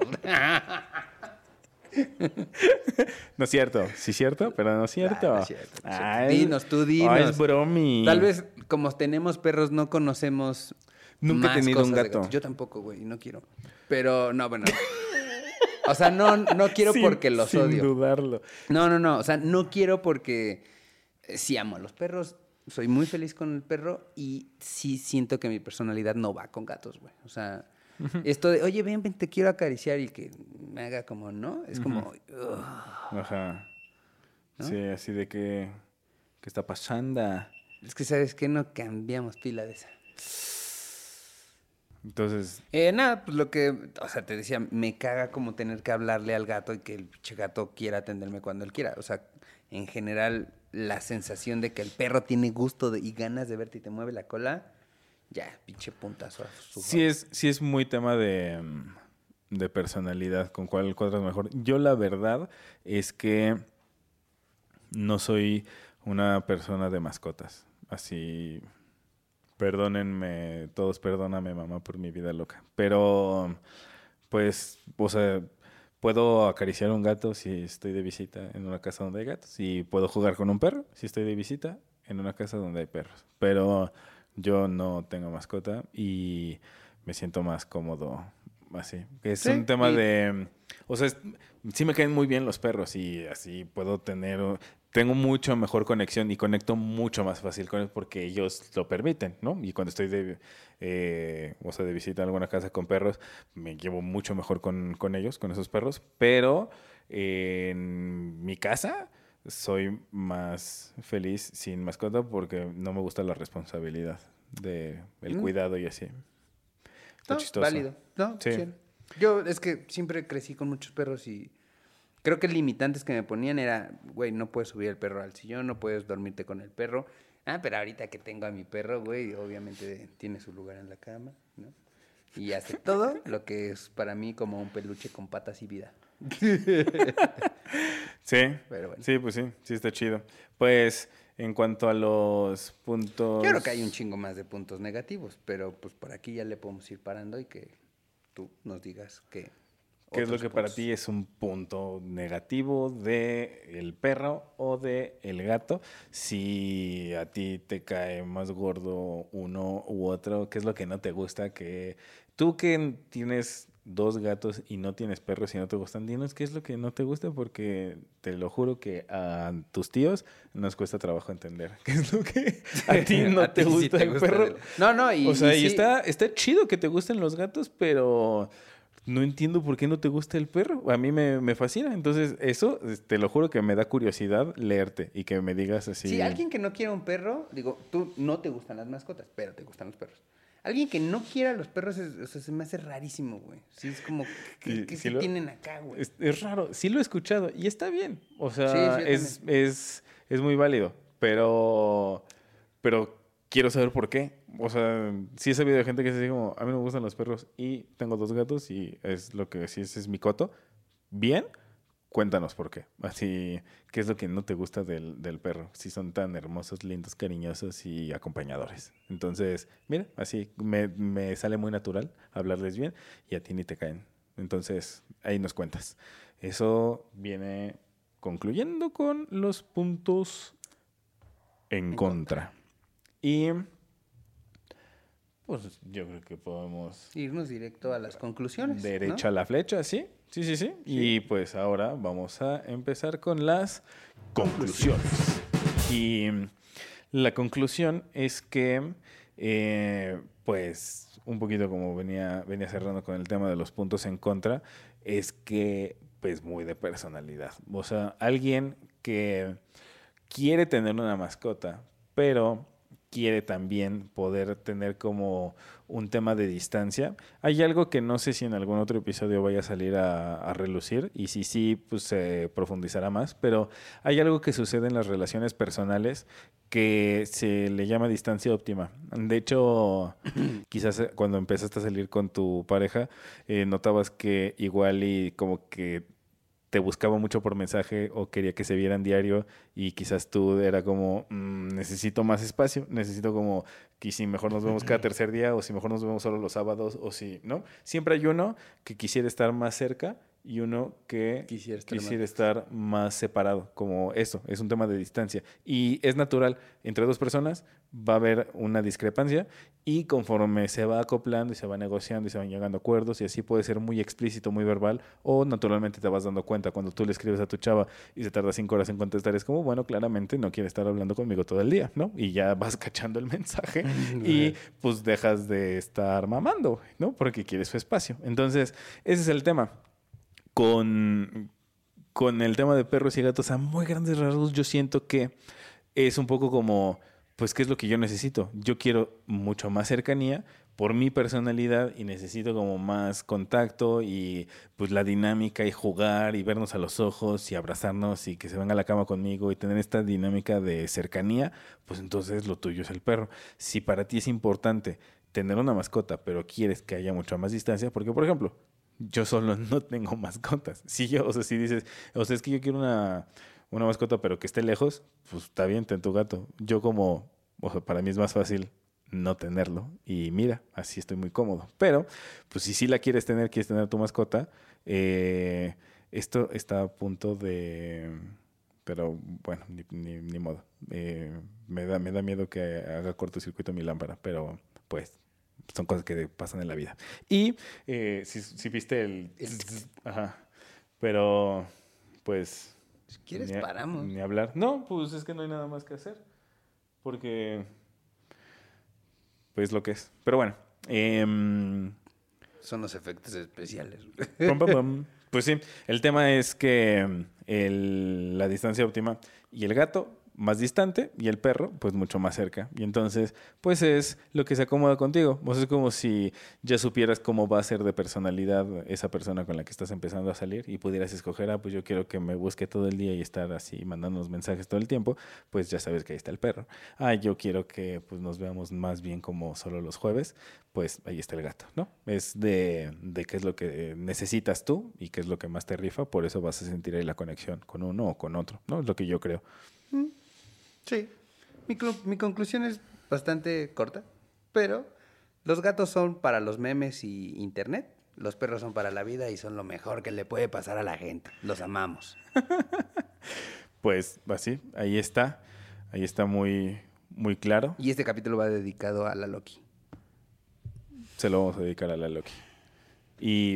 Speaker 2: No es cierto. Sí es cierto, pero no es cierto.
Speaker 1: No es cierto. Dinos.
Speaker 2: Es bromi.
Speaker 1: Tal vez, como tenemos perros, no conocemos.
Speaker 2: Nunca he tenido un gato.
Speaker 1: Yo tampoco, güey, y no quiero. Pero, no, bueno. O sea, no quiero porque los odio.
Speaker 2: Sin dudarlo.
Speaker 1: No. O sea, no quiero porque sí amo a los perros. Soy muy feliz con el perro y sí siento que mi personalidad no va con gatos, güey. O sea, esto de, oye, ven, te quiero acariciar, y que me haga como, ¿no? Es como...
Speaker 2: Ajá.
Speaker 1: ¿No?
Speaker 2: Sí, así de que... ¿Qué está pasando?
Speaker 1: Es que, ¿sabes qué? No cambiamos pila de esa.
Speaker 2: Entonces...
Speaker 1: Nada, pues lo que... O sea, te decía, me caga como tener que hablarle al gato y que el pinche gato quiera atenderme cuando él quiera. O sea, en general, la sensación de que el perro tiene gusto y ganas de verte y te mueve la cola, ya, pinche puntazo.
Speaker 2: Sí es muy tema de personalidad, con cuál cuadras mejor. Yo la verdad es que no soy una persona de mascotas. Así, perdónenme, todos perdóname, mamá, por mi vida loca. Pero, pues, o sea, puedo acariciar a un gato si estoy de visita en una casa donde hay gatos. Y puedo jugar con un perro si estoy de visita en una casa donde hay perros. Pero yo no tengo mascota y me siento más cómodo así. Es un tema de... O sea, sí me caen muy bien los perros y así puedo tener... Tengo mucho mejor conexión y conecto mucho más fácil con ellos porque ellos lo permiten, ¿no? Y cuando estoy de visita en alguna casa con perros, me llevo mucho mejor con ellos, con esos perros. Pero en mi casa soy más feliz sin mascota porque no me gusta la responsabilidad del cuidado y así. Está chistoso.
Speaker 1: Válido. No, sí. Yo es que siempre crecí con muchos perros y creo que limitantes que me ponían era, güey, no puedes subir el perro al sillón, no puedes dormirte con el perro. Pero ahorita que tengo a mi perro, güey, obviamente tiene su lugar en la cama, ¿no? Y hace todo lo que es para mí como un peluche con patas y vida.
Speaker 2: Sí,
Speaker 1: pero bueno.
Speaker 2: Sí, pues sí está chido. Pues en cuanto a los puntos...
Speaker 1: Yo creo que hay un chingo más de puntos negativos, pero pues por aquí ya le podemos ir parando y que tú nos digas
Speaker 2: ¿Qué es lo que para ti es un punto negativo de el perro o de el gato? Si a ti te cae más gordo uno u otro, ¿qué es lo que no te gusta? Que tú que tienes 2 gatos y no tienes perros y no te gustan, dinos qué es lo que no te gusta, porque te lo juro que a tus tíos nos cuesta trabajo entender qué es lo que a ti no
Speaker 1: A
Speaker 2: te
Speaker 1: ti sí
Speaker 2: gusta
Speaker 1: te
Speaker 2: el
Speaker 1: gusta
Speaker 2: perro.
Speaker 1: No,
Speaker 2: O sea, y
Speaker 1: sí.
Speaker 2: está chido que te gusten los gatos, pero no entiendo por qué no te gusta el perro. A mí me fascina. Entonces, eso, te lo juro que me da curiosidad leerte y que me digas así.
Speaker 1: Sí, alguien que no quiera un perro, digo, tú no te gustan las mascotas, pero te gustan los perros. Alguien que no quiera los perros, o sea, se me hace rarísimo, güey. Sí, es como, ¿qué
Speaker 2: Sí
Speaker 1: tienen acá, güey?
Speaker 2: Es raro. Sí lo he escuchado y está bien. O sea,
Speaker 1: Sí, yo
Speaker 2: es muy válido. Pero quiero saber por qué. O sea, sí he sabido de gente que se dice como, a mí no me gustan los perros y tengo 2 gatos y es lo que sí, ese es mi coto. Bien, cuéntanos por qué. Así, ¿qué es lo que no te gusta del perro? Si son tan hermosos, lindos, cariñosos y acompañadores. Entonces, mira, así me sale muy natural hablarles bien y a ti ni te caen. Entonces, ahí nos cuentas. Eso viene concluyendo con los puntos en contra. Y pues yo creo que podemos
Speaker 1: Irnos directo a las conclusiones.
Speaker 2: derecha a la flecha, ¿sí? Sí. Y pues ahora vamos a empezar con las conclusiones. Y la conclusión es que, pues, un poquito como venía cerrando con el tema de los puntos en contra, es que, pues, muy de personalidad. O sea, alguien que quiere tener una mascota, pero quiere también poder tener como un tema de distancia. Hay algo que no sé si en algún otro episodio vaya a salir a relucir, y si sí, pues se profundizará más, pero hay algo que sucede en las relaciones personales que se le llama distancia óptima. De hecho, quizás cuando empezaste a salir con tu pareja, notabas que igual y como que te buscaba mucho por mensaje o quería que se vieran diario y quizás tú era como, necesito más espacio, necesito como que si mejor nos vemos cada tercer día o si mejor nos vemos solo los sábados o si, ¿no? Siempre hay uno que quisiera estar más cerca y uno que quisiera estar más separado, como eso, es un tema de distancia. Y es natural, entre 2 personas va a haber una discrepancia y conforme se va acoplando y se va negociando y se van llegando a acuerdos y así puede ser muy explícito, muy verbal, o naturalmente te vas dando cuenta cuando tú le escribes a tu chava y se tarda 5 horas en contestar, es como, bueno, claramente no quiere estar hablando conmigo todo el día, ¿no? Y ya vas cachando el mensaje y pues dejas de estar mamando, ¿no? Porque quieres su espacio. Entonces, ese es el tema. Con el tema de perros y gatos, a muy grandes rasgos, yo siento que es un poco como, pues, ¿qué es lo que yo necesito? Yo quiero mucho más cercanía por mi personalidad y necesito como más contacto y pues la dinámica y jugar y vernos a los ojos y abrazarnos y que se venga a la cama conmigo y tener esta dinámica de cercanía, pues entonces lo tuyo es el perro. Si para ti es importante tener una mascota, pero quieres que haya mucha más distancia, porque por ejemplo, yo solo no tengo mascotas. Si dices, o sea, es que yo quiero una mascota, pero que esté lejos, pues está bien, ten tu gato. Yo como, o sea, para mí es más fácil no tenerlo. Y mira, así estoy muy cómodo. Pero, pues si sí la quieres tener tu mascota, esto está a punto de... Pero bueno, ni modo. Me da miedo que haga cortocircuito mi lámpara, pero pues... son cosas que pasan en la vida. Y si viste el... Ajá. Pero, pues...
Speaker 1: Si quieres, paramos.
Speaker 2: Ni hablar. No, pues es que no hay nada más que hacer. Porque... pues lo que es. Pero bueno.
Speaker 1: Son los efectos especiales.
Speaker 2: Pum, pum, pum. Pues sí, el tema es que la distancia óptima y el gato más distante y el perro pues mucho más cerca. Y entonces pues es lo que se acomoda contigo. O sea, es como si ya supieras cómo va a ser de personalidad esa persona con la que estás empezando a salir y pudieras escoger, pues yo quiero que me busque todo el día y estar así mandándonos mensajes todo el tiempo, pues ya sabes que ahí está el perro. Yo quiero que pues nos veamos más bien como solo los jueves, pues ahí está el gato, ¿no? Es de qué es lo que necesitas tú y qué es lo que más te rifa, por eso vas a sentir ahí la conexión con uno o con otro, ¿no? Es lo que yo creo.
Speaker 1: Sí. Mi conclusión es bastante corta, pero los gatos son para los memes y internet, los perros son para la vida y son lo mejor que le puede pasar a la gente. Los amamos.
Speaker 2: Pues así, ahí está muy, muy claro.
Speaker 1: Y este capítulo va dedicado a la Loki.
Speaker 2: Se lo vamos a dedicar a la Loki. Y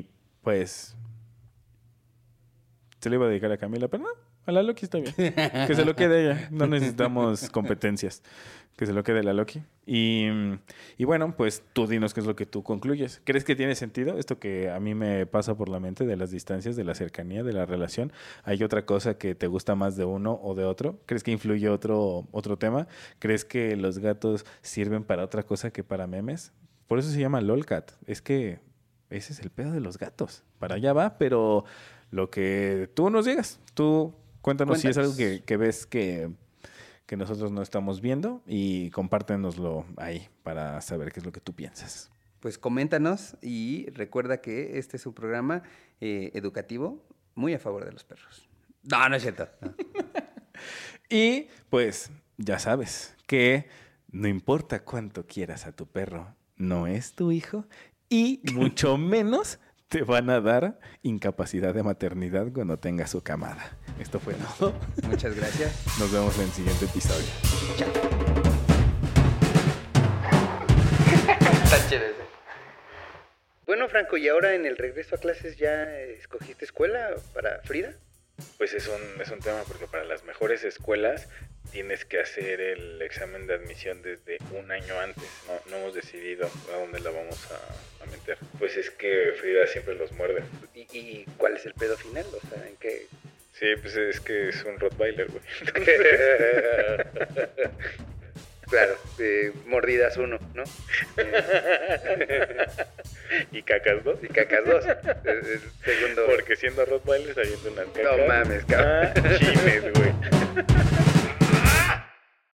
Speaker 2: pues se le iba a dedicar a Camila, pero no, a la Loki está bien. Que se lo quede ella. No necesitamos competencias. Que se lo quede la Loki. Y bueno, pues tú dinos qué es lo que tú concluyes. ¿Crees que tiene sentido esto que a mí me pasa por la mente de las distancias, de la cercanía, de la relación? ¿Hay otra cosa que te gusta más de uno o de otro? ¿Crees que influye otro tema? ¿Crees que los gatos sirven para otra cosa que para memes? Por eso se llama LOLcat. Es que ese es el pedo de los gatos. Para allá va, pero lo que tú nos digas. Tú cuéntanos si es algo que ves que nosotros no estamos viendo y compártenoslo ahí para saber qué es lo que tú piensas.
Speaker 1: Pues coméntanos y recuerda que este es un programa educativo muy a favor de los perros. No, no es cierto. No.
Speaker 2: Y pues ya sabes que no importa cuánto quieras a tu perro, no es tu hijo y mucho menos te van a dar incapacidad de maternidad cuando tengas su camada. Esto fue todo.
Speaker 1: Muchas gracias.
Speaker 2: Nos vemos en el siguiente episodio.
Speaker 1: Chao.
Speaker 5: Está chido ese.
Speaker 1: Bueno, Franco, ¿y ahora en el regreso a clases ya escogiste escuela para Frida?
Speaker 2: Pues es un tema porque para las mejores escuelas tienes que hacer el examen de admisión desde un año antes. No hemos decidido a dónde la vamos a meter. Pues es que Frida siempre los muerde.
Speaker 1: ¿Y cuál es el pedo final? O sea, ¿en qué?
Speaker 2: Sí, pues es que es un Rottweiler, güey.
Speaker 1: Claro, mordidas 1, ¿no?
Speaker 2: Y cacas 2.
Speaker 1: Y cacas 2. Segundo.
Speaker 2: Porque siendo Rottweiler saliendo una caca.
Speaker 1: No mames, cabrón.
Speaker 2: Chines, güey.